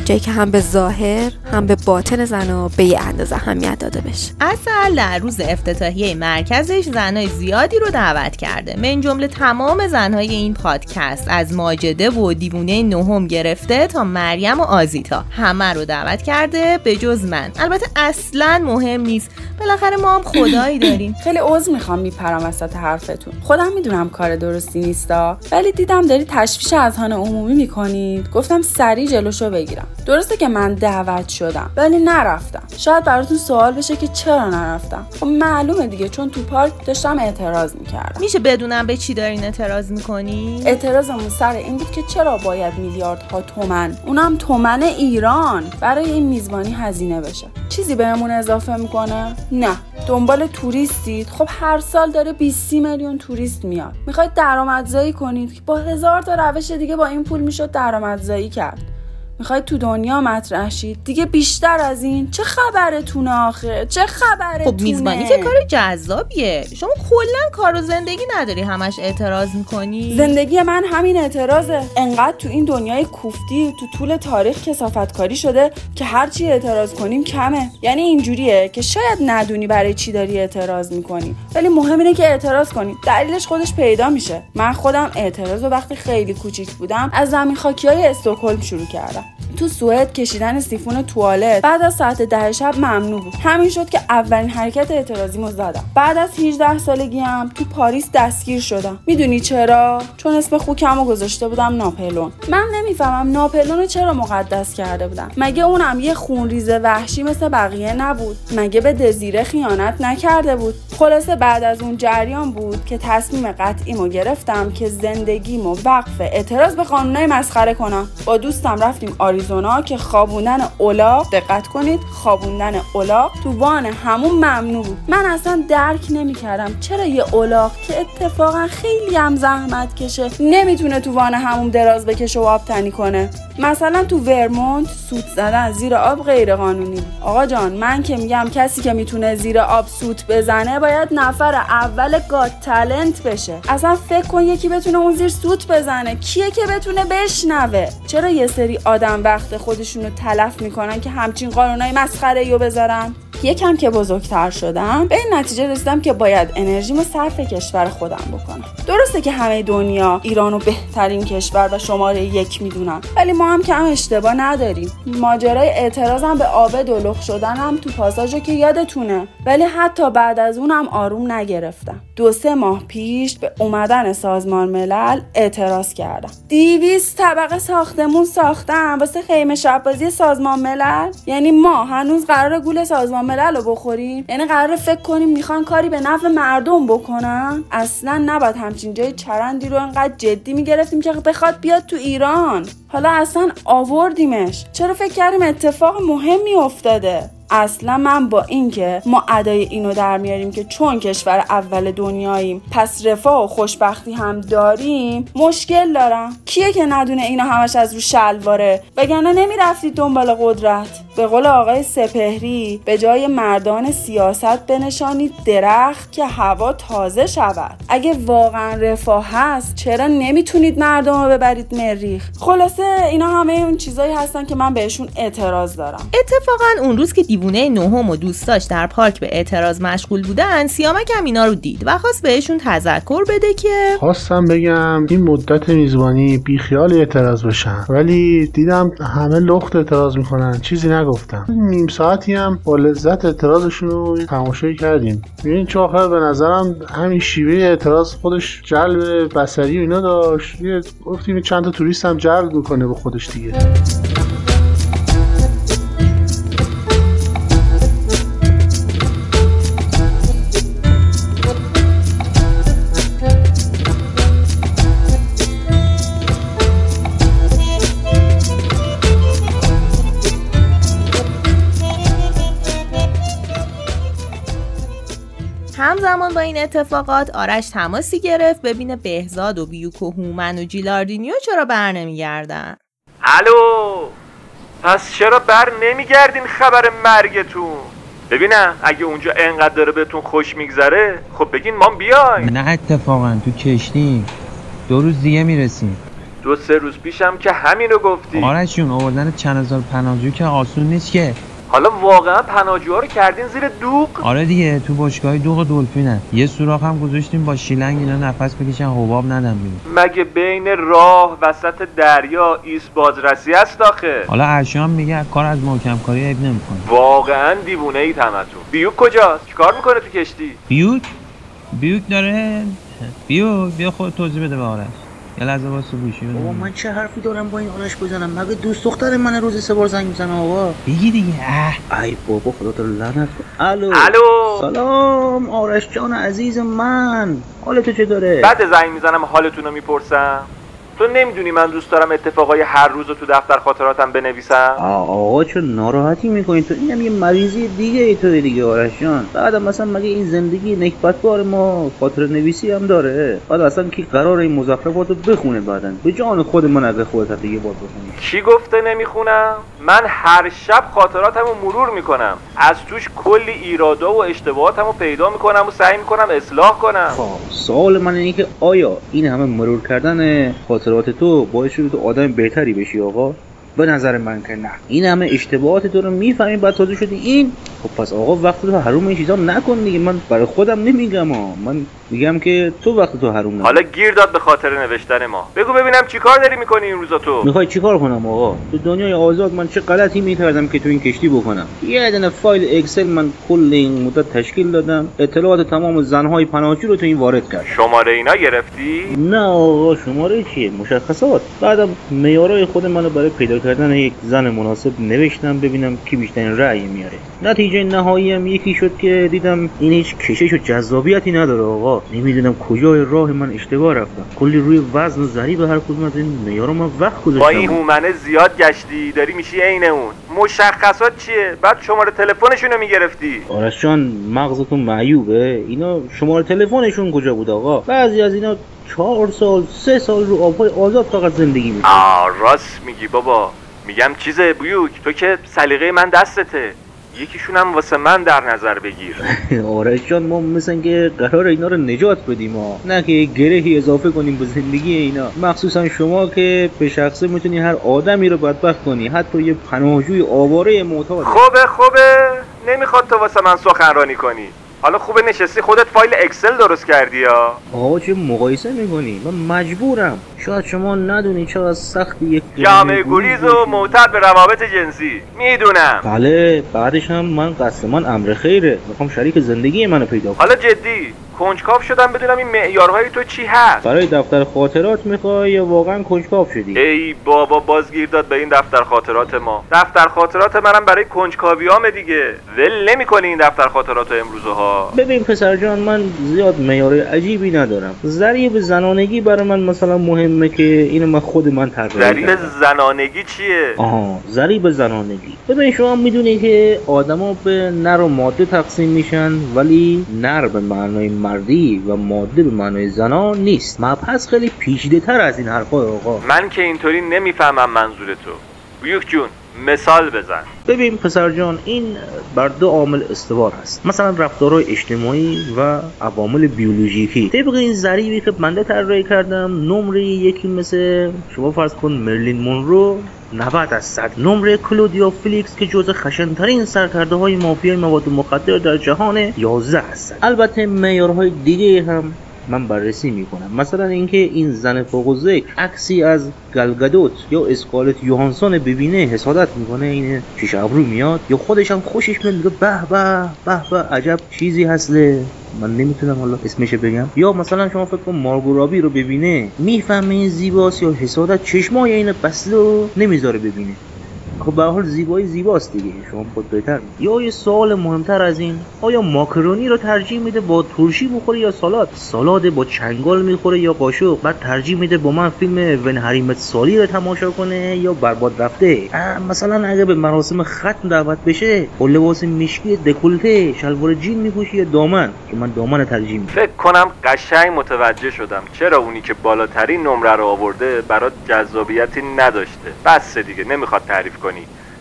جایی که هم به ظاهر هم به باطن زنها به یه اندازه اهمیت داده بشه. عسل در روز افتتاحیه مرکزش زنای زیادی رو دعوت کرده، من جمله تمام زنهای این پادکست، از ماجده و دیوونه نهم گرفته تا مریم و آزیتا، همه رو دعوت کرده به جز من. البته اصلاً مهم نیست، بالاخره ما هم خدایی داریم. خیلی عذر میخوام میپرم وسط حرفتون، خودم میدونم کار درستی نیستا، ولی دیدم داری تشویش اذهان عمومی میکنید، گفتم سریع جلوشو بگیرم. درسته که من دعوت شدم ولی نرفتم. شاید براتون سوال بشه که چرا نرفتم. خب معلومه دیگه، چون تو پارک داشتم اعتراض میکردم. میشه بدونم به چی دارین اعتراض میکنی؟ اعتراضمون سر این بود که چرا باید میلیاردها تومن، اونم تومن ایران، برای این میزبانی هزینه بشه. چیزی بهمون اضافه میکنه؟ نه. دنبال توریستید؟ خب هر سال داره بیست میلیون توریست میاد. میخواید درآمدزایی کنید که با هزار تا روش دیگه با این پول میشد درآمدزایی کرد. میخواید تو دنیا مطرح شید دیگه، بیشتر از این چه خبرتونه آخه؟ چه خبرتونه؟ خب میزبانی که کار جذابیه، شما کلا کار و زندگی نداری همش اعتراض میکنی؟ زندگی من همین اعتراضه. انقدر تو این دنیای کوفتی تو طول تاریخ کثافتکاری شده که هر چی اعتراض کنیم کمه. یعنی اینجوریه که شاید ندونی برای چی داری اعتراض میکنی، ولی مهم اینه که اعتراض کنی، دلیلش خودش پیدا میشه. من خودم اعتراض رو وقتی خیلی کوچیک بودم از زمین خاکیای استکهلم شروع کردم. تو سوئد کشیدن سیفون توالت بعد از ساعت ده شب ممنوع بود. همین شد که اولین حرکت اعتراضیمو زدم. بعد از هجده سالگی هم تو پاریس دستگیر شدم. میدونی چرا؟ چون اسم خوکمو گذاشته بودم ناپلون. من نمیفهمم ناپلون رو چرا مقدس کرده بودم. مگه اونم یه خونریز وحشی مثل بقیه نبود؟ مگه به دزیره خیانت نکرده بود؟ خلاصه بعد از اون جریان بود که تصمیم قطعیمو گرفتم که زندگیمو وقف اعتراض به قانونای مسخره کنم. با دوستم رفتیم آریزونا که خوابوندن الاغ، دقت کنید، خوابوندن الاغ تو وان همون ممنوع بود. من اصلا درک نمی‌کردم چرا یه الاغ که اتفاقا خیلی هم زحمت کشه نمیتونه تو وان همون دراز بکشه و آب تنی کنه. مثلا تو ورمونت سوت زدن زیر آب غیر قانونی بود. آقا جان، من که میگم کسی که میتونه زیر آب سوت بزنه باید نفر اول گات تالنت بشه. اصلا فکر کن یکی بتونه اون زیر سوت بزنه، کیه که بتونه بشنوه؟ چرا یه سری آدم وقت خودشونو تلف میکنن که همچین قانونای مسخره‌ایو بذارن؟ یکم که بزرگتر شدم به این نتیجه رسیدم که باید انرژیمو صرف کشور خودم بکنم. درسته که همه دنیا ایرانو بهترین کشور و شماره یک میدونن، ولی ما هم کم اشتباه نداریم. ماجرای اعتراضم به آب دلخ شدنم تو پاساژو که یادتونه، ولی حتی بعد از اونم آروم نگرفتم. دو سه ماه پیش به اومدن سازمان ملل اعتراض کردم. دیویست طبقه ساختمون ساختم واسه خیمه شب‌بازی سازمان ملل. یعنی ما هنوز قراره گول سازمان ملل رو بخوریم؟ یعنی قراره فکر کنیم میخوان کاری به نفع مردم بکنن؟ اصلا نباید همچین جای چرندی رو انقدر جدی میگرفتیم که بخواد بیاد تو ایران. حالا اصلا آوردیمش، چرا فکر کردیم اتفاق مهمی افتاده؟ اصلا من با این که ما ادای اینو در میاریم که چون کشور اول دنیاییم پس رفاه و خوشبختی هم داریم مشکل دارم. کیه که ندونه اینا همش از رو شلواره؟ وگرنه نمیرفتید دنبال قدرت. به قول آقای سپهری به جای مردان سیاست بنشانید درخت که هوا تازه شود. اگه واقعا رفاه هست چرا نمیتونید مردم رو ببرید مریخ؟ خلاصه اینا همه اون چیزایی هستن که من بهشون اعتراض دارم. اتفاقا اون روز که دیوونه نهم و دوستاش در پارک به اعتراض مشغول بودن، سیامک هم اینا رو دید و خواست بهشون تذکر بده که خواستم بگم این مدت میزبانی بیخیال اعتراض بشن، ولی دیدم همه لخت اعتراض میکنن، چیزی نگفتم. نیم ساعتی هم با لذت اعتراضشون رو تماشا کردیم. ببین چه آخر به نظرم همین شیوه اعتراض خودش جلب بصری و اینا داشت. گفتیم چند تا توریست هم جلب میکنه به خودش دیگه. همزمان با این اتفاقات آرش تماسی گرفت ببینه بهزاد و بیوک و هومن و جیلاردینیو چرا بر نمیگردن. الو، پس چرا بر نمیگردین خبر مرگتون؟ ببینم اگه اونجا انقدر داره بهتون خوش میگذره خب بگین ما بیایم. نه اتفاقا تو کشتیم، دو روز دیگه میرسیم. دو سه روز پیشم که همینو گفتی. آرش جون آوردن چند هزار پناهجو که آسون نیست که. حالا واقعا پناهجوها رو کردین زیر دوغ؟ آره دیگه، تو باشگاه دوغ دلفینه. یه سوراخ هم گذاشتیم با شیلنگ اینا نفس بکشن حباب ندن بیرون. مگه بین راه وسط دریا ایست بازرسی هست آخه؟ حالا ارشام میگه کار از محکم کاری عیب نمیکنه. واقعا دیوونه ای همتون. بیوک کجاست؟ چیکار میکنه تو کشتی؟ بیوک؟ بیوک داره؟ بیوک بیا خود توضیح بده به آرش. یه لحظه واسه گوشی بده. بابا من چه حرفی دارم با این آرش بزنم؟ مگه دوست دختر من روز سه بار زنگ میزنه آقا؟ بگی دیگه. اه ای بابا خدا تو لعنت کن. الو الو سلام آرش جان عزیز من، حالت چطوره؟ بعد زنگ میزنم حالتون رو میپرسم. تو نمیدونی من دوست دارم اتفاقای هر روز رو تو دفتر خاطراتم بنویسم؟ آقا چه ناراحتی میکنی تو؟ اینم یه مریضی دیگه ای تو دیگه آرش جان. بعدم مثلا مگه این زندگی نکبتبار ما خاطر نویسی هم داره؟ بعد اصلا کی قراره این مزخرفاتو بخونه بعدن؟ به جان خود من اگه خودت دیگه باید بخونی. کی گفته نمیخونم؟ من هر شب خاطراتمو مرور میکنم، از توش کلی ایرادا و اشتباهاتمو پیدا میکنم و سعی میکنم اصلاح کنم. خب سوال من اینه که آیا این همه مرور کردن خاطرات تو باعث شده تو آدم بهتری بشی آقا؟ به نظر من که نه. این همه اشتباهات تو رو میفهمی بعد تازه شدی این. خب پس آقا وقت تو حروم این چیزا نکن دیگه. من برای خودم نمیگم ها، من میگم که تو وقت تو حروم نکن. حالا گیر داد به خاطر نوشتن ما. بگو ببینم چیکار داری میکنی این روزا تو؟ میخوای چیکار کنم آقا؟ تو دنیای آزاد من چه غلطی میکردم که تو این کشتی بکنم؟ یه دونه فایل اکسل من کل این مدت تشکیل دادم، اطلاعات تمام زنهای پناهجو رو تو این وارد کردم. شماره اینا گرفتی؟ نه آقا شماره چیه؟ مشخصات. بعدم معیارای خود منو برای پیدا کردن یک زن مناسب نوشتم ببینم کی بیشترین رأی میاره. نتیجه نهایی هم یکی شد که دیدم این هیچ کشش و جذابیتی نداره آقا. نمیدونم کجای راه من اشتباه رفتم. کلی روی وزن و ضریب هر کدوم از این معیارا من وقت گذاشتم. با این هومنه زیاد گشتی داری میشی عین اون. مشخصات چیه؟ بعد شماره تلفنشونو میگرفتی. آرش جان مغزتون معیوبه. اینا شماره تلفنشون کجا بود آقا؟ بعضی از اینا چهار سال سه سال رو آبهای آزاد فقط زندگی میکنن. آ راست میگی بابا. میگم چیزه بیوک، تو که سلیقه من دستته، یکیشون هم واسه من در نظر بگیر. آرش جان ما مثلا که قرار اینا رو نجات بدیم ها، نه که گرهی اضافه کنیم به زندگی اینا. مخصوصا شما که به شخصه میتونی هر آدمی رو بدبخت کنی، حتی یه پناهجوی آواره معتاد. خوبه خوبه نمیخواد تو واسه من سخنرانی کنی. حالا خوبه نشستی خودت فایل اکسل درست کردی یا؟ آقا چه مقایسه میکنی؟ من مجبورم. شاید شما ندونی چقدر سختی یک جامعه گریز و معتاد به روابط جنسی. میدونم. بله بعدش هم من قصد من امر خیره، میخوام شریک زندگی منو پیدا کنم. حالا جدی کنجکاو شدم بدونم این معیارهای تو چی هست. برای دفتر خاطرات میخوای یا واقعا کنجکاو شدی؟ ای بابا بازگیر داد به این دفتر خاطرات ما. دفتر خاطرات منم برای کنجکاویامه دیگه. ول نمی‌کنی این دفتر خاطرات امروزها. ببین پسر جان من زیاد معیار عجیبی ندارم. ضریب زنانگی برای من مثلا مهمه که اینو من خود من طراحی کردم. ضریب زنانگی چیه؟ آها ضریب زنانگی. ببین شما میدونی که آدما به نر و ماده تقسیم میشن، ولی نر به معنای مردی و ماده به معنای زنان نیست. مبحث خیلی پیچیده‌تر از این حرفا آقا. من که اینطوری نمیفهمم منظور تو. بیوک جون مثال بزن. ببین پسر جان این بر دو عامل استوار هست، مثلا رفتارهای اجتماعی و عوامل بیولوژیکی. طبق این ضریبی که بنده طراحی کردم، نمره یکی مثل شما فرض کن مرلین مونرو نود از صد، نمره کلودیا فلیکس که جزو خشن‌ترین سرکرده های مافیای مواد مخدر در جهان یازده از صد. البته معیارهای دیگه هم من بررسی میکنم، مثلا اینکه این زن فوق الذکر عکسی از گلگادوت یا اسکارلت یوهانسون ببینه حسادت میکنه، این شیش ابرو میاد، یا خودش هم خوشش میاد میگه به به به به عجب چیزی هستله، من نمیتونم حالا اسمش بگم. یا مثلا شما فکر کن مارگو رابی رو ببینه میفهمه این زیباست، یا حسادت چشمای این بسته رو نمیذاره ببینه. خب به هر حال زیبایی زیباست دیگه، شما خود بهتر می‌دونید. یا یه سوال مهمتر از این، آیا ماکارونی رو ترجیح میده با ترشی بخوره یا سالاد؟ سالاد با چنگال میخوره یا قاشق؟ بعد ترجیح میده با من فیلم ون هریمت سالی رو تماشا کنه یا برباد رفته؟ مثلا اگه به مراسم ختم دعوت بشه با لباس مشکی دکولته شلوار جین میپوشه یا دامن؟ که من دامن ترجیح میدم. فکر کنم قشنگ متوجه شدم چرا اونی که بالاترین نمره رو آورده برات جذابیتی نداشته. بس دیگه نمیخواد تعریف کنی.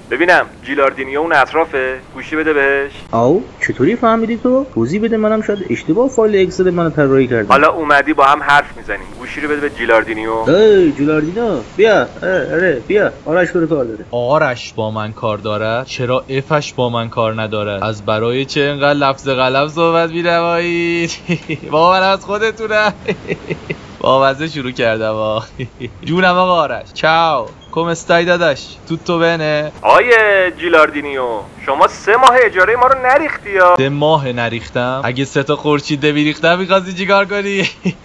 ببینم جیلاردینیو اون اطرافه، گوشی بده بهش. آو چطوری فهمیدی تو؟ توضیح بده، منم شاید اشتباه فایل اکسل منو طراحی کردم. حالا اومدی با هم حرف میزنیم، گوشی رو بده به جیلاردینیو. ای جیلاردینو بیا، آره بیا، آرش تو کار داره. آرش با من کار داره؟ چرا افش با من کار نداره؟ از برای چه انقدر لفظ قلم صحبت می‌نمایید؟ با من از خودتونه. با مزه شروع کردم آه. جونم آقا آرش. چاو کم استای داداش توتو بنه. آیه جیلاردینیو شما سه ماه اجاره ما رو نریختی یا؟ سه ماه نریختم؟ اگه سه تا خورشید بریختم می‌خواستی چیکار کنی؟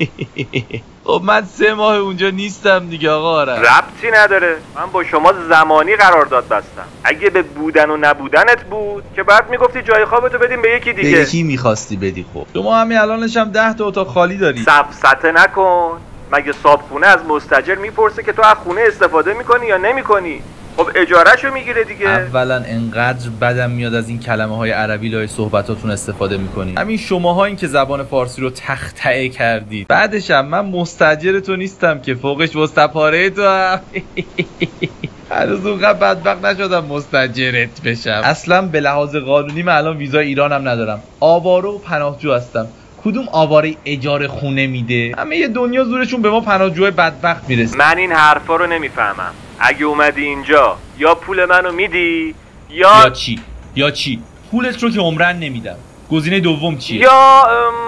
خب من سه ماه اونجا نیستم دیگه آقا آرش. ربطی نداره، من با شما زمانی قرارداد بستم. اگه به بودن و نبودنت بود که بعد میگفتی جای خوابتو بدیم به یکی دیگه. به یکی می‌خواستی بدی؟ خب شما همین الانش هم ده تا اتاق خالی داری. سفسطه نکن. مگه صابخونه از مستاجر میپرسه که تو از خونه استفاده میکنی یا نمیکنی؟ خب اجارهشو میگیره دیگه. اولا انقدر بدم میاد از این کلمه های عربی لای صحبتاتون استفاده میکنی. همین شماها این که زبان فارسی رو تختعه کردید. بعدش هم من مستاجر تو نیستم که فوقش مستپاره تو هم. هنوز اونقدر بدبخت نشدم مستاجرت بشم. اصلا به لحاظ قانونی من الان ویزای ایرانم ندارم. آواره و پناهجو هستم. کدوم آواره اجاره خونه میده؟ همه یه دنیا زورشون به ما پناهجوی بدبخت میرسه. من این حرفا رو نمیفهمم. اگه اومدی اینجا یا پول منو میدی یا یا چی؟ یا چی؟ پولت رو که عمرن نمیدم. گزینه دوم چیه؟ یا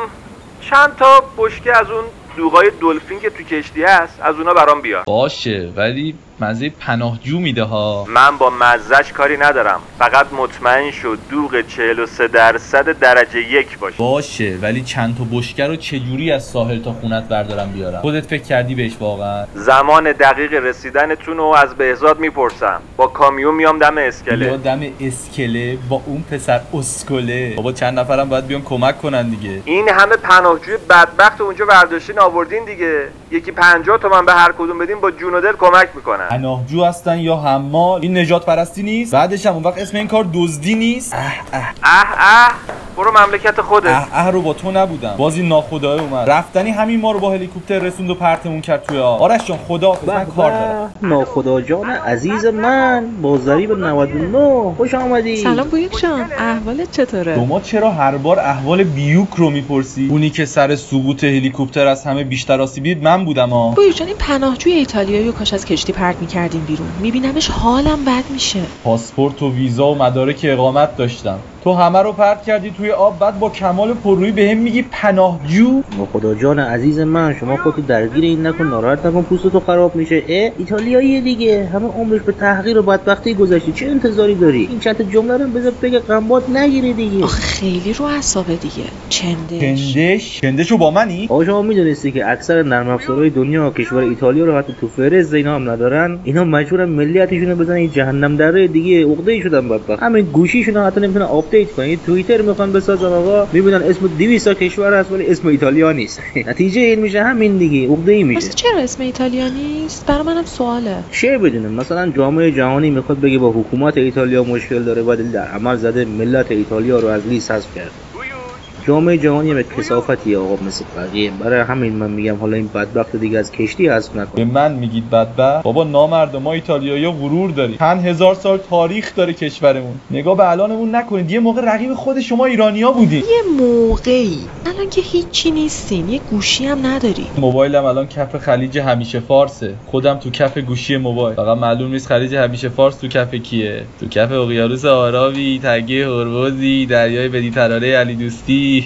چند تا بشکه از اون دوغای دلفین که تو کشتی هست از اونا برام بیار. باشه ولی مزه پناهجو میده ها. من با مزهش کاری ندارم، فقط مطمئن شو دوغ چهل و سه درصد درجه یک باشه. باشه ولی چند تا بشکه رو چجوری از ساحل تا خونت بردارم بیارم؟ خودت فکر کردی بهش واقعا؟ زمان دقیق رسیدنتون رو از بهزاد میپرسم. با کامیون میام دم اسکله. یا دم اسکله با اون پسر اسکله. بابا چند نفرم باید بیان کمک کنن دیگه. این همه پناهجوی بدبخت اونجا برداشتین آوردین دیگه. یکی پنجاه تومن به هر کدوم بدین با جون و دل کمک میکنن. پناهجو هستن یا حمال؟ این نجات پرستی نیست؟ بعدش هم اون وقت اسم این کار دزدی نیست؟ اه اه اه اه برو مملکت خودت. اه اه رو با تو نبودم. باز این ناخدای اومد. رفتنی همین ما رو با هلیکوپتر رسوند و پرتمون کرد توی آب. آرش جان خداحافظ، من کار دارم. ناخدا جان عزیز من با ضریب نود و نه خوش آمدی. سلام بویک جان، احوالت چطوره؟ شما چرا هر بار احوال بیوک رو میپرسی؟ اونی که سر سقوط هلیکوپتر از همه بیشتر آسیب دید من بودم ها. بویک جان این پناهجوی ایتالیایی رو کاش از کشتی پرت می‌کردیم بیرون. میبینمش حالم بد میشه. پاسپورت و ویزا و مدارک اقامت داشتم. تو همه رو پرت کردی توی آب، بعد با کمال پررویی بهم میگی پناهجو؟ خدا جان عزیز من شما خودتو درگیر این نکن، ناراحت نکن، پوستتو خراب میشه. اه ایتالیایی دیگه، همه عمرش به تحقیر و بدبختی گذشته، چه انتظاری داری؟ این چند تا جمله رو بذار بگه غمبات نگیره دیگه. آخه خیلی رو اعصابه دیگه. چندش چندش چندشو با منی؟ آقا شما میدونستی که اکثر نرم افزارهای دنیا کشور ایتالیا رو حتی تو فهرست اینا هم ندارن؟ اینا مجبورن ملیتشون رو بزنن جهنم دره دیگه، عقده‌ای شدن بدبخت. همین گوشیشون حتی نمیتونن آپدیت کنن. توییتر میخوان بسازن آقا، میبینن اسم دویست تا کشور هست ولی اسم ایتالیا نیست. نتیجه این میشه همین دیگه، عقده‌ای میشه. واسه چرا اسم ایتالیا نیست؟ برای منم سواله. چه بدونم مثلا جامعه جهانی میخواد بگه با حکومت ایتالیا مشکل داره ولی در عمل زده ملت ایتالیا رو از لیست حذف کرد. جامعه جهانی به کثافتی آقا مثل بقیه. برای همین من میگم حالا این بدبخت دیگه از کشتی حذف نکن. به من میگید بدبخت؟ بابا نامرد، ما ایتالیایی‌ها غرور داریم. چند هزار سال تاریخ داره کشورمون. نگاه به الانمون نکنید. یه موقع رقیب خود شما ایرانی‌ها بودین. یه موقعی. الان که هیچی نیستین. یه گوشی هم نداری. موبایلم الان کف خلیج همیشه فارسه. خودم تو کف گوشی موبایل. فقط معلوم نیست خلیج همیشه فارس تو کف کیه. تو کف اقیانوس آرابی، تگه هرمزی، دریای مدیترانه علی دوستی.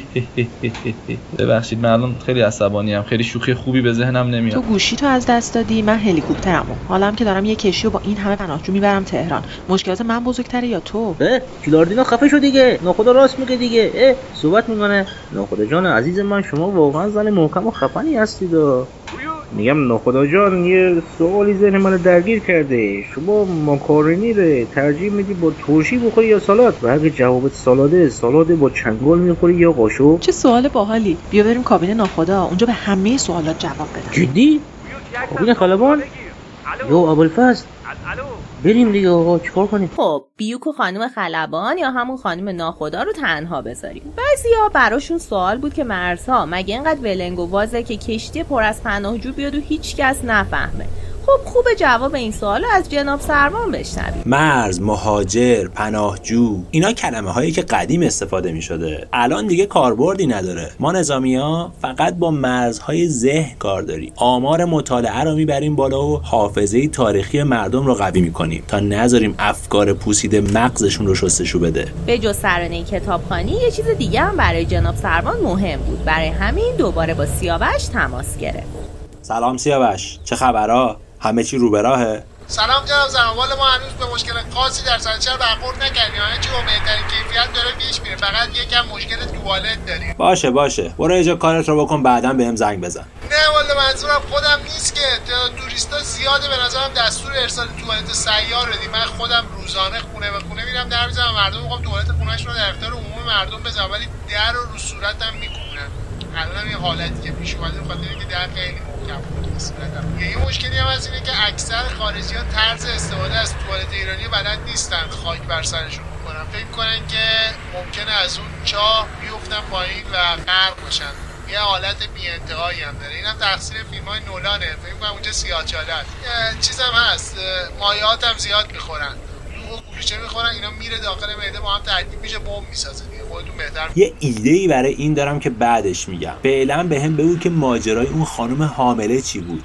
ببخشید من الان خیلی عصبانی ام، خیلی شوخی خوبی به ذهنم نمیاد. تو گوشی تو از دست دادی، من هلیکوپترمو. حالا که دارم یه کشتی رو با این همه پناهجو میبرم تهران. مشکلات من بزرگتره یا تو؟ اه جیلاردینو خفه شو دیگه. ناخدا راست میگه دیگه. اه صحبت میکنه. ناخدا جان عزیز من شما واقعا زن محکم و خفنی هستید. میگم ناخدا جان یه سوالی ذهن منو درگیر کرده. شما ماکارونی رو ترجیح میدی با ترشی بخوری یا سالاد؟ و اگه جوابت سالاده، سالاد با چنگال میخوری یا قاشق؟ چه سوال باحالی. بیا بریم کابین ناخدا، اونجا به همه سوالات جواب بدم. جدی؟ کابین خلبان؟ یو ابوالفضل بریم دیگه آقا چیکار کنیم؟ خب بیوک و خانم خلبان یا همون خانم ناخدا رو تنها بذاریم. بعضیا براشون سوال بود که مرزها مگه اینقدر ولنگ و واضحه که کشتی پر از پناهجو بیاد و هیچ کس نفهمه. خب خب خوب جواب این سوالو از جناب سروان بشنویم. مرز، مهاجر، پناهجو، اینا کلمه هایی که قدیم استفاده می شده، الان دیگه کاربردی نداره. ما نظامی‌ها فقط با مرزهای ذهن کار داریم. آمار مطالعه رو میبریم بالا و حافظه تاریخی مردم رو قوی میکنیم تا نذاریم افکار پوسیده مغزشون رو شستشو بده. به جز سرانه کتابخوانی یه چیز دیگه هم برای جناب سروان مهم بود. برای همین دوباره با سیاوش تماس گرفت. سلام سیاوش، چه خبرها؟ همه چی رو به راهه؟ سلام جناب سروان، والا ما هنوز به مشکل خاصی در سرچر برخورد نکردیم. همه چی با بهترین کیفیت داره پیش میره. فقط یکم مشکل توالت داریم. باشه باشه، برو یه جا کارت رو بکن، بعداً بهم زنگ بزن. نه والا منظورم خودم نیست که توریستا زیاده، به نظرم دستور ارسال توالت سیار بدیم. من خودم روزانه خونه به خونه میرم در میزنم، مردم میگم توالت خونه‌اش رو در اختیار عموم مردم بذارم، ولی در رو رو صورتم میکوبونن. الان این حالتی که پیش اومده بخاطر اینکه در خیلی محکم بود صورتم. یه مشکلی هم هست اینه که اکثر خارجی‌ها طرز استفاده از توالت ایرانی بلد نیستن خاک بر سرشون بکنن. فکر می‌کنن که ممکنه از اون چاه بیفتن پایین و غرق بشن. یه حالت بی‌انتهایی هم داره. اینم تقصیر فیلم‌های نولانه. فکر می‌کنم اونجا سیاه‌چاله است. چیزم هست، مایعات هم زیاد می‌خورن. چه میخورن، اینا میره داخل معده، با هم ترکیب میشه، بمب میسازه دیگه. خودتون بهتر. یه ایده‌ای برای این دارم که بعدش میگم. فعلا بهم بگو که ماجرای اون خانم حامله چی بود؟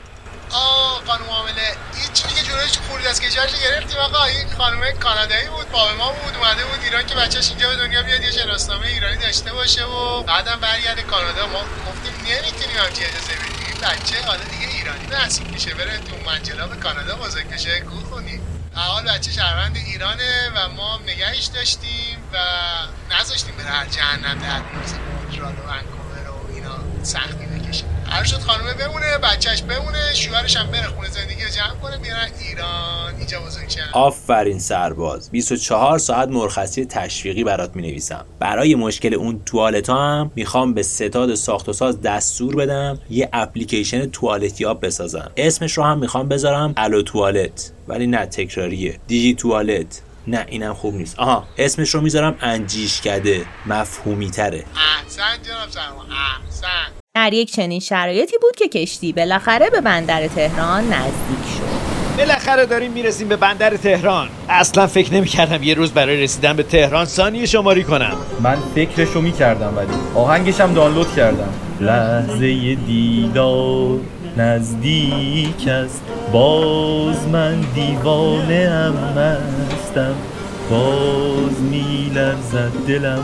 آه خانم حامله، این چیزی که جلوش خورد از کشورش گرفتیم آقا. این خانم کانادایی بود، با ما بود، اومده بود ایران که بچه‌ش اینجا به دنیا بیاد، یه شناسنامه ایرانی داشته باشه و بعدم برگرده کانادا. ما گفتیم نمیتونیم همچین اجازه بدیم. این بچه حالا دیگه ایرانی محسوب میشه، بره تو منجلاب کانادا بزرگ بشه. گو خونی. حال بچه شهروند ایرانه و ما نگهش داشتیم و نذاشتیم بره هر جهنم در مثل مونترال و ونکوور و اینا سختی بکشه. هر شد خانومه بمونه، بچهش بمونه، شوهرش هم بره خونه زندگی رو جمع کنه، بیارن ایران اینجا بزرگ شن. آفرین سرباز. بیست و چهار ساعت مرخصی تشویقی برات مینویسم. برای مشکل اون توالتا هم میخوام به ستاد ساخت و ساز دستور بدم یه اپلیکیشن توالتیاب بسازم. اسمش رو هم میخوام بذارم الو توالت، ولی نه تکراریه. دیجی توالت، نه اینم خوب نیست. آها، اسمش رو میذارم انجیشکده، مفهومی تره. احسن جناب سروان، احسن. در یک چنین شرایطی بود که کشتی بالاخره به بندر تهران نزدیک شد. بالاخره داریم میرسیم به بندر تهران. اصلا فکر نمی‌کردم یه روز برای رسیدن به تهران ثانیه شماری کنم. من فکرشو می‌کردم ولی آهنگش هم دانلود کردم. لحظه دیدار نزدیک است، باز من دیوانه ام هستم، باز میلرزد دلم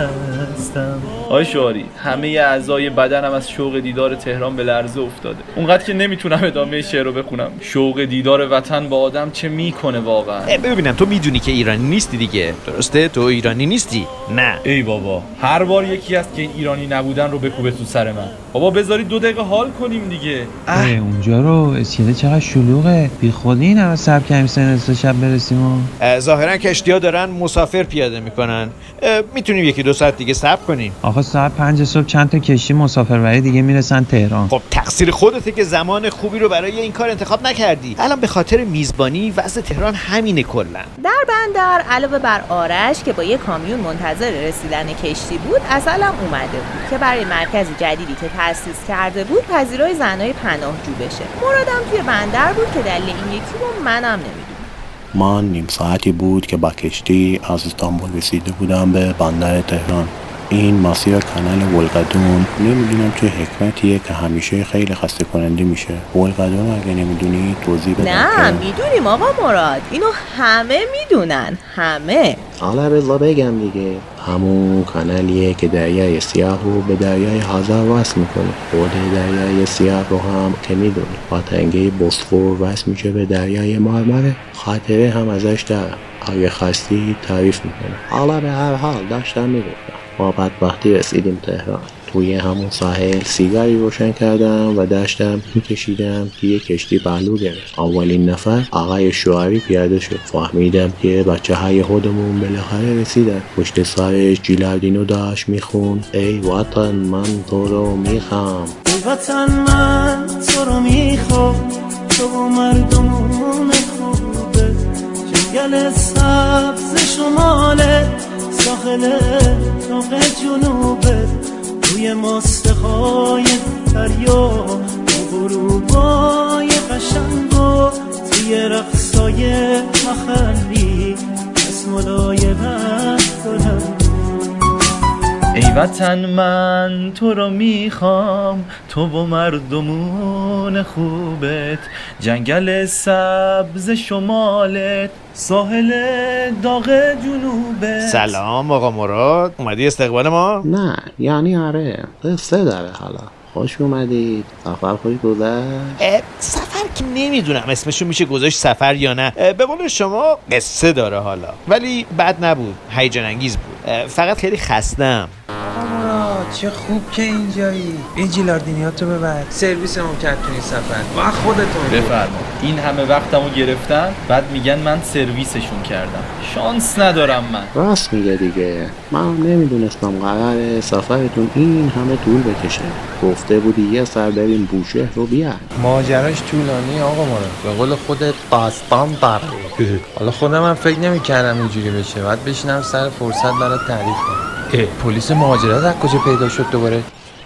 دستم. آی شعاری، همه اعضای بدنم از شوق دیدار تهران به لرزه افتاده. اونقدر که نمیتونم ادامه شعر رو بخونم. شوق دیدار وطن با آدم چه میکنه واقعا. ببینم تو میدونی که ایرانی نیستی دیگه، درسته؟ تو ایرانی نیستی؟ نه. ای بابا، هر بار یکی هست که این ایرانی نبودن رو بکوبه تو سر من. بابا بذارید دو دقیقه حال کنیم دیگه. اه اونجا رو اسکله چقدر شلوغه. بی خودی این همه صبر کردیم سه تا شب برسیم. ظاهرا کشتی‌ها دارن مسافر پیاده میکنن. میتونیم یکی دو ساعت دیگه صبر کنیم. آخه ساعت پنج صبح چند تا کشتی مسافربری دیگه میرسن تهران. خب تقصیر خودته که زمان خوبی رو برای این کار انتخاب نکردی. الان به خاطر میزبانی وضع تهران همینه کلا. در بندر علاوه بر آرش که با یک کامیون منتظر رسیدن کشتی بود، اصلا اومده بود که برای مرکز جدیدی که تأسیس کرده بود پذیرای زنای پناهجو بشه. مرادم توی بندر بود که دلیل این یکی رو منم نمیدونم. من نیم ساعتی بود که با کشتی از استانبول رسیده بودم به بندر تهران. این مسیر کانال ولگدون نمیدونم چه حکمتیه که همیشه خیلی خسته کننده میشه. ولگدون اگه نمیدونی توضیح بدم. نه میدونیم آقا مراد، اینو همه میدونن، همه. حالا بذار بگم دیگه. همون کانالیه که دریای سیاه رو به دریای خزر وصل میکنه. خود دریای سیاه رو هم که میدونی با تنگه بوسفور وصل میشه به دریای مارمره. خاطره هم ازش دارم، اگه خستی تعریف میکنه. حالا به هر حال داشتم میگفتم ما بدبختی رسیدیم تهران. توی همون ساحل سیگاری روشن کردم و داشتم میکشیدم که یه کشتی پهلو گرفت. اولین نفر آقای شعاری پیاده شد. فهمیدم که بچه های خودمون بالاخره رسیدن. پشت سرش جیلاردینو داشت میخون ای وطن من تو رو میخوام، ای وطن من تو رو میخوام، تو و مردمون خوبه، جنگل سبز شماله، ساحل داغ جنوبه، روی مستخای دریا و غروبای قشنگ و یه رقصای محلی اسم لایبت دارم. ای وطن من تو رو میخوام، تو و مردمون خوبت، جنگل سبز شمالت، ساحل داغ جنوبت. سلام آقا مراد، اومدی استقبال ما؟ نه یعنی آره، قصه داره. حالا خوش اومدید، سفر خوش گذشت؟ سفر که نمیدونم اسمشو میشه گذاشت سفر یا نه. به قول شما قصه داره حالا، ولی بد نبود، هیجان انگیز بود. فقط خیلی خستم. مراد چه خوب که اینجایی. این جیلاردینیاتو ببر، سرویسمون کرد تو این سفر. وقت خودتون بفرما. این همه وقتمو گرفتن بعد میگن من سرویسشون کردم. شانس ندارم من. راست میگه دیگه، من نمیدونستم قرار سفرتون این همه طول بکشه. گفته بودی یه سر بریم بوشهر رو بیاد. ماجراش طولانی آقا مراد، به قول خودت داستان داره. حالا خودم هم فکر نمی‌کردم اینجوری بشه. بعد بشینم سر فرصت برات تعریف کنم. پلیس مهاجرت از کجا پیدا شد دوباره؟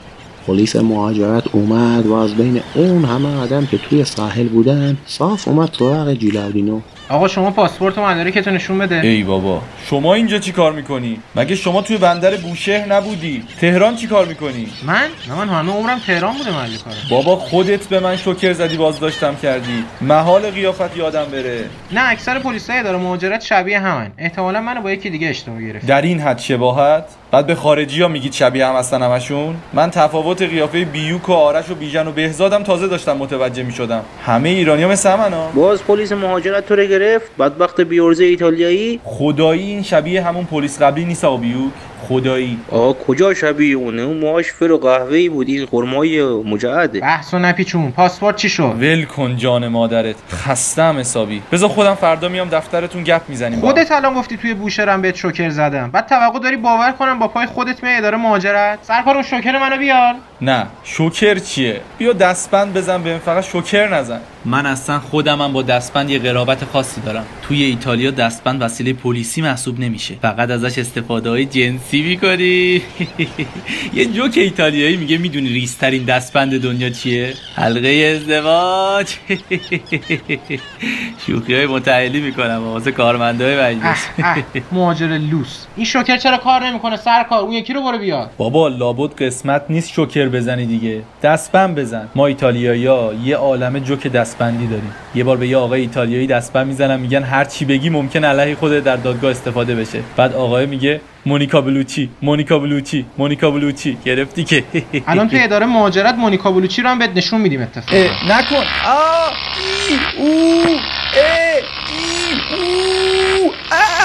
پلیس مهاجرت اومد و از بین اون همه آدم که توی ساحل بودن صاف اومد سراغ جیلاردینو. آقا شما پاسپورت و مدارکتو نشون بده. ای بابا شما اینجا چی کار میکنی؟ مگه شما توی بندر بوشهر نبودی؟ تهران چی کار میکنی؟ من؟ من همه عمرم تهران بوده محل کارم. بابا خودت به من شوکر زدی بازداشتم کردی. محال قیافت یادم بره. نه اکثر پلیسای اداره مهاجرت شبیه همن. احتمالاً منو با یکی دیگه اشتباه گرفت. در این حد شباهت؟ بعد به خارجی‌ها میگید شبیه هم هستن همشون؟ من تفاوت قیافه بیوک و آرش و بیژن و بهزادم تازه داشتم متوجه میشدم. همه ایرانی‌ها مثل همنا. باز پلیس مهاجرت تو رو گرفت؟ بدبخت بیورزه ایتالیایی. خدایی این شبیه همون پلیس قبلی نیست آقا بیوک. خدایی. آقا کجا شبیه اونه؟ اون موهاش فر و قهوه‌ای بود، این خرمای مجعده. بحثو نپیچون. پاسپورت چی شد؟ ول کن جان مادرت. خستم حسابی. بذار خودم فردا میام دفترتون گپ میزنیم. خودت الان گفتی توی بوشهرم بهت شوکر زدم. بعد توقع داری باور کنم با پای خودت میای اداره مهاجرت؟ سرکار اون شوکر منو بیار. نه شوکر چیه؟ بیا دستبند بزن بهم، فقط شوکر نزن. من اصلا خودم هم با دستبند یه قرابت خاصی دارم. توی ایتالیا دستبند وسیله پلیسی محسوب نمیشه، فقط ازش استفاده های جنسی میکنی. یه جوک ایتالیایی میگه میدونی ریزترین دستبند دنیا چیه؟ حلقه ازدواج. شوخی های متعالی میکنم واسه کارمندای مجلس. مهاجر لوس. این شوکر چرا کار نمیکنه سرکار؟ اون یکی رو برو بیار. بابا لابد قسمت نیست شوکر بزنی دیگه، دستبند بزن. ما ایتالیایی‌ها یه عالمه جوک دستبندی داریم. یه بار به یه آقای ایتالیایی دستبند میزنن، میگن هر چی بگی ممکن علیه خودت در دادگاه استفاده بشه. بعد آقای میگه مونیکا بلوچی، مونیکا بلوچی، مونیکا بلوچی. گرفتی که الان توی اداره مهاجرت مونیکا بلوچی رو هم بهت نشون میدیم اتفاقا. نکن. آ ای او ای ای او.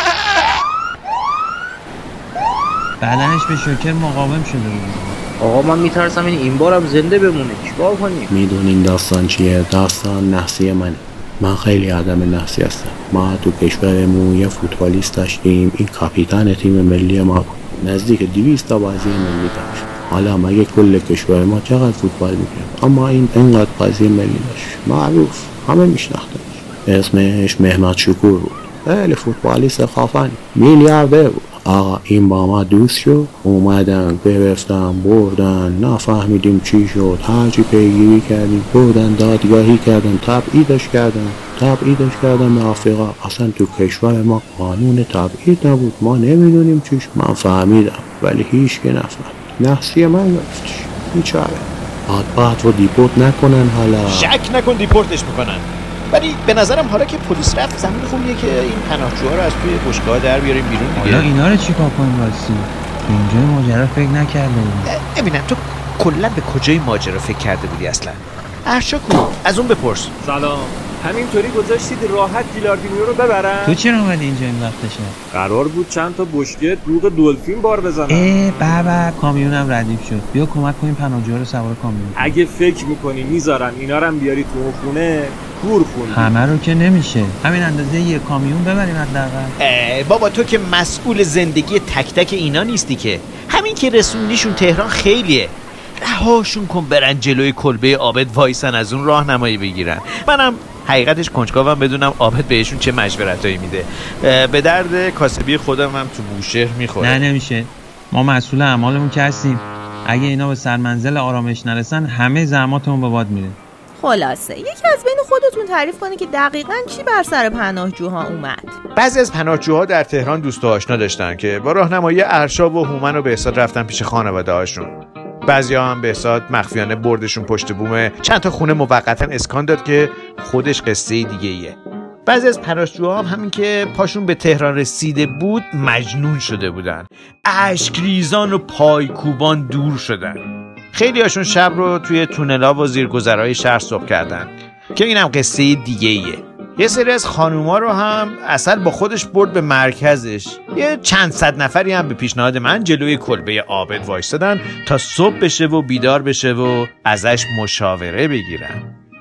بدنش به شوکر مقاوم شده بود. آقا من میترسم این این بارم زنده بمونه. چیکار کنیم؟ میدونین داستان چیه؟ داستان نحسی منه. من خیلی آدم نحسی هستم. ما تو کشورمون یه فوتبالیست داشتیم، این کاپیتان تیم ملی ما بود. نزدیک دویست تا بازی ملی داشت. حالا مگه کل کشور ما چقدر فوتبال می‌کنه؟ اما این انقدر بازی ملی داشت. معروف، همه میشناختنش. اسمش محمد شکور بود. خیلی فوتبالیست خفن، میلیاردر بود. آقا این با ما دوست شد، اومدن گرفتن بردن، نفهمیدیم چی شد، هرچی پیگیری کردیم بردن دادگاهی کردن، تبعیدش کردن تبعیدش کردن به آفریقا. اصلا تو کشور ما قانون تبعید نبود، ما نمیدونیم چیش. من فهمیدم ولی هیچ که نفهمید. نحسی من گفتش بیچاره. بعد و دیپورت نکنن. حالا شک نکن دیپورتش میکنن، ولی به نظرم حالا که پلیس رفت زمین خوبیه که این پناهجوها رو از توی بشگاه در بیاریم بیرون دیگه. حالا اینا رو چیکار کنیم واسه؟ اینجای ماجرا فکر نکرده بودم. ببینم تو کلا به کجای ماجرا فکر کرده بودی اصلا؟ ارشاکو از اون بپرس. سلام. همینطوری گذاشتید راحت جیلاردینیو رو ببرن؟ تو چرا اومدی اینجا این وقتشه؟ قرار بود چند تا بشکه دوغ دلفین بار بزنم. ای بابا کامیونم ردیف شد. بیا کمک کنیم پناهجوها رو سوار کامیون. اگه فکر می‌کنی میذارن اینا رو هم بیاری تو اون خونه کور خوندی. همه رو که نمیشه. همین اندازه یه کامیون ببریم حداقل. بابا تو که مسئول زندگی تک تک اینا نیستی که. همین که رسوندیشون تهران خیلیه. رهاشون کن برن جلوی کلبه عابد وایسن از اون راهنمایی بگیرن. منم حقیقتش کنجکاوم بدونم عابد بهشون چه مشورتایی میده. به درد کاسبی خودم هم تو بوشهر میخوره. نه نمیشه. ما مسئول اعمالمون که هستیم. اگه اینا به سرمنزل آرامش نرسن همه زحماتمون به باد میره. خلاصه یکی از بین خودتون تعریف کنه که دقیقاً چی بر سر پناهجوها اومد. بعضی از پناهجوها در تهران دوست و آشنا داشتن که با راهنمایی ارشاد و هومن و بهزاد رفتن پیش خانواده هاشون. بعضیا هم بهزاد مخفیانه بردشون پشت بوم چند تا خونه موقتا اسکان داد که خودش قصه دیگه ایه. بعضی از پناهجوها هم همین که پاشون به تهران رسیده بود مجنون شده بودن، اشک ریزان و پایکوبان دور شدن. خیلی هاشون شب رو توی تونلا و زیرگذرهای شهر صبح کردن که اینم قصه دیگه ایه. یه سری از خانوما رو هم اصل با خودش برد به مرکزش. یه چند صد نفری هم به پیشنهاد من جلوی کلبه عابد وایستادن تا صبح بشه و بیدار بشه و ازش مشاوره بگیرن.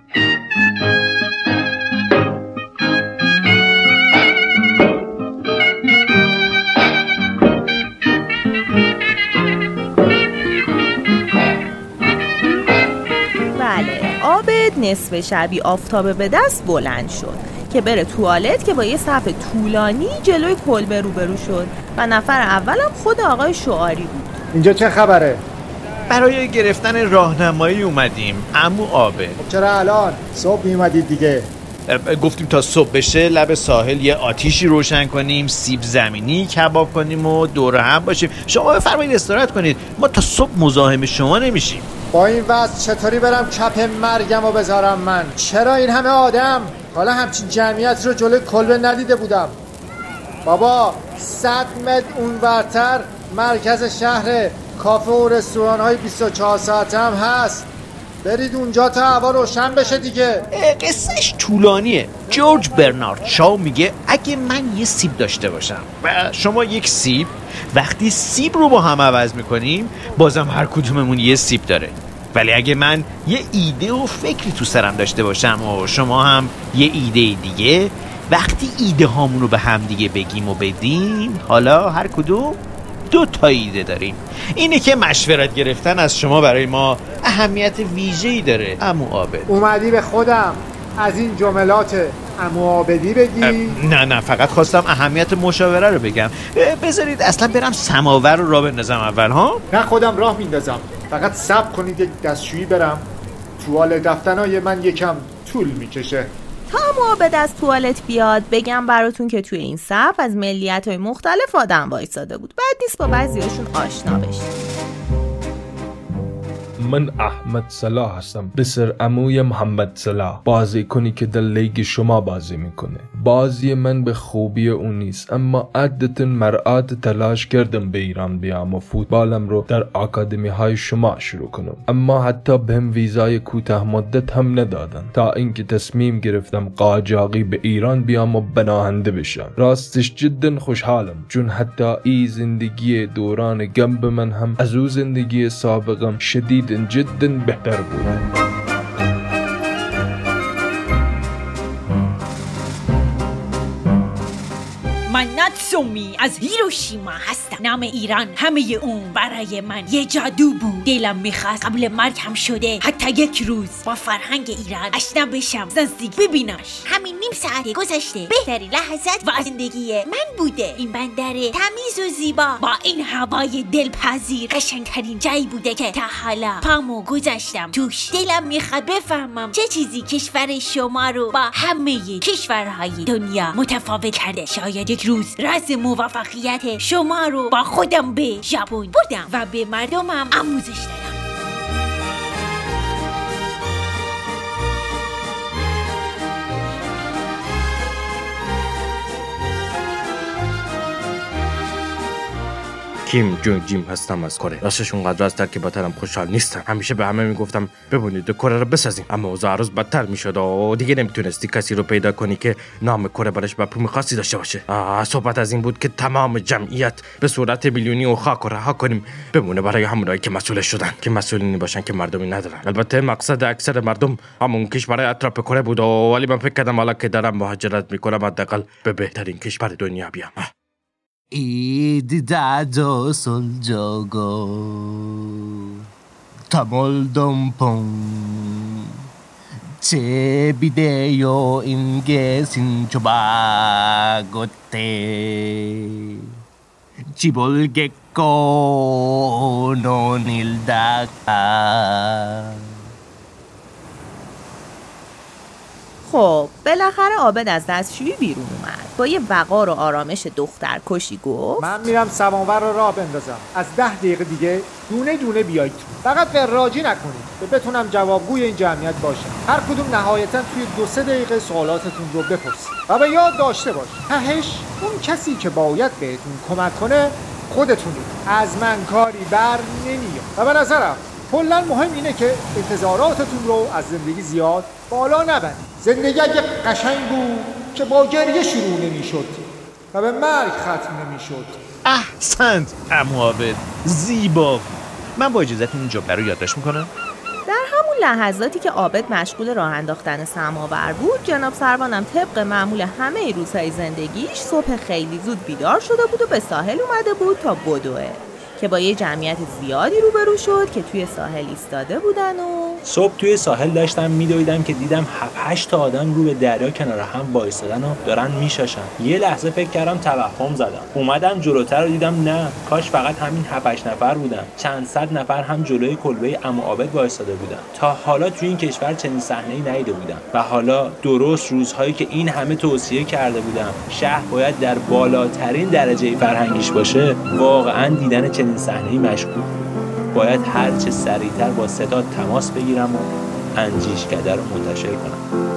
عابد نصف شبی آفتابه به دست بلند شد که بره توالت که با یه صف طولانی جلوی کلبه روبرو شد و نفر اولم خود آقای شعاری بود. اینجا چه خبره؟ برای گرفتن راهنمایی اومدیم عمو عابد. چرا الان؟ صبح میومدید دیگه. گفتیم تا صبح بشه لب ساحل یه آتیشی روشن کنیم، سیب زمینی کباب کنیم و دور هم باشیم. شما بفرمایید استراحت کنید، ما تا صبح مزاحم شما نمیشیم. با این وضع چطوری برم کپ مرگم رو بذارم من؟ چرا این همه آدم؟ حالا همچین جمعیت رو جلوی کلبه ندیده بودم. بابا صد متر اون ورتر مرکز شهر، کافه و رستوران های بیست و چهار ساعته هم هست. برید اونجا تا هوا روشن بشه دیگه. قصهش طولانیه. جورج برنارد شاو میگه اگه من یه سیب داشته باشم و شما یک سیب، وقتی سیب رو با هم عوض میکنیم بازم هر کدوممون یه سیب داره. ولی اگه من یه ایده و فکری تو سرم داشته باشم و شما هم یه ایده دیگه، وقتی ایده هامون رو به هم دیگه بگیم و بدیم، حالا هر کدوم دو تا ایده داریم. اینه که مشورت گرفتن از شما برای ما اهمیت ویژه‌ای داره عمو عابد. اومدی به خودم از این جملات عمو عابدی بگی؟ نه نه فقط خواستم اهمیت مشاوره رو بگم. بذارید اصلا برم سماور رو راه بندازم اول ها؟ نه خودم راه میندازم، فقط صبر کنید یک دستشویی برم. توالت رفتنای من یکم طول میکشه. تا عمو عابد از توالت بیاد بگم براتون که توی این صف از ملیت‌های مختلف آدم وایساده بود. بعد نیست با بعضیاشون آشنا بشید. من احمد صلاح هستم، پسر عموی محمد صلاح، بازیکنی که در لیگ شما بازی میکنه. بازی من به خوبی اون نیست، اما عادتاً مرآت تلاش کردم به ایران بیام و فوتبالم رو در آکادمی های شما شروع کنم، اما حتی بهم ویزای کوتاه مدت هم ندادن تا اینکه تصمیم گرفتم قاجاقی به ایران بیام و بناهنده بشم. راستش جدا خوشحالم، چون حتی ای زندگی دوران گم من هم از او زندگی سابقم شدید جدا بهتر بود. من ناتسومی از هیروشیما هستم. نام ایران همه اون برای من یه جادو بود. دلم میخواست قبل مرگ هم شده حتی یک روز با فرهنگ ایران آشنا بشم، نزدیک ببیناش. همین نیم ساعت گذشته بهترین لحظات و زندگی من بوده. این بندر تمیز و زیبا با این هوای دلپذیر قشنگترین جایی بوده که تا حالا پامو گذاشتم توش. دلم میخواد بفهمم چه چیزی کشور شما رو با همه کشورهای دنیا متفاوت کرده. شاید یک روز راز موفقیت شما رو با خودم به ژاپن بردم و به مردمم آموزش دادم. کیم جونگ جیم هستم از کره. راستش اونقدر از ترکیباتم خوشحال نیستم. همیشه به همه میگفتم ببونید کره رو بسازیم، اما اوضاع روز بدتر میشد و دیگه نمیتونستی کسی رو پیدا کنی که نام کره برش مفهوم خاصی داشته باشه. صحبت از این بود که تمام جمعیت به صورت میلیونی و خاک رها کنیم بمونه برای همونایی که مسئولش شدن، که مسئولینی باشن که مردمی ندارن. البته مقصد اکثر مردم همون کشور اطراف کره بود، ولی من فکر کردم حالا که دارم مهاجرت میکنم حداقل به بهترین کشور دنیا بیام. 이디다저 솔저고 타몰돔퐁 제비데요 인게신 조바고테 지볼게꼬 노닐다카 خب بالاخره عابد از دستشویی بیرون اومد. با یه وقار و آرامش دختر کشی گفت من میرم سماور رو راه بندازم. از ده دقیقه دیگه دونه دونه بیایید تو. فقط فراجی نکنید که بتونم جوابگوی این جمعیت باشم. هر کدوم نهایتاً توی دو سه دقیقه سوالاتتون رو بپرسید. و به یاد داشته باش تهش اون کسی که باید بهتون کمک کنه خودتونید. از من کاری بر نمیاد. و به نظرم کلاً مهم اینه که انتظاراتتون رو از زندگی زیاد بالا نبرید. زندگی اگه قشنگ بود که با گریه شروع نمیشد و به مرگ ختم نمیشد. احسنت عمو عابد، زیبا. من با اجازهتون این جمله رو یادداشت میکنم. در همون لحظاتی که عابد مشغول راه انداختن سماور بود، جناب سروانم طبق معمول همه روزهای زندگیش صبح خیلی زود بیدار شده بود و به ساحل اومده بود تا بدوه که با یه جمعیت زیادی روبرو شد که توی ساحل ایستاده بودن و صبح توی ساحل داشتم میدویدم که دیدم هفت هشت تا آدم رو به دریا کنار هم وایسادن و دارن میشاشن. یه لحظه فکر کردم توهم زدم. اومدم جلوتر و دیدم نه، کاش فقط همین هفت هشت نفر بودن. چند صد نفر هم جلوی کلبه عمو عابد وایساده بودن. تا حالا توی این کشور چنین صحنه‌ای ندیده بودم. و حالا درست روزهایی که این همه توصیه کرده بودم شهر باید در بالاترین درجه فرهنگیش باشه، واقعا دیدن چنین صحنه‌ای مشکوک. باید هر چه سریعتر با ستاد تماس بگیرم و انجیشکده رو منتشر کنم.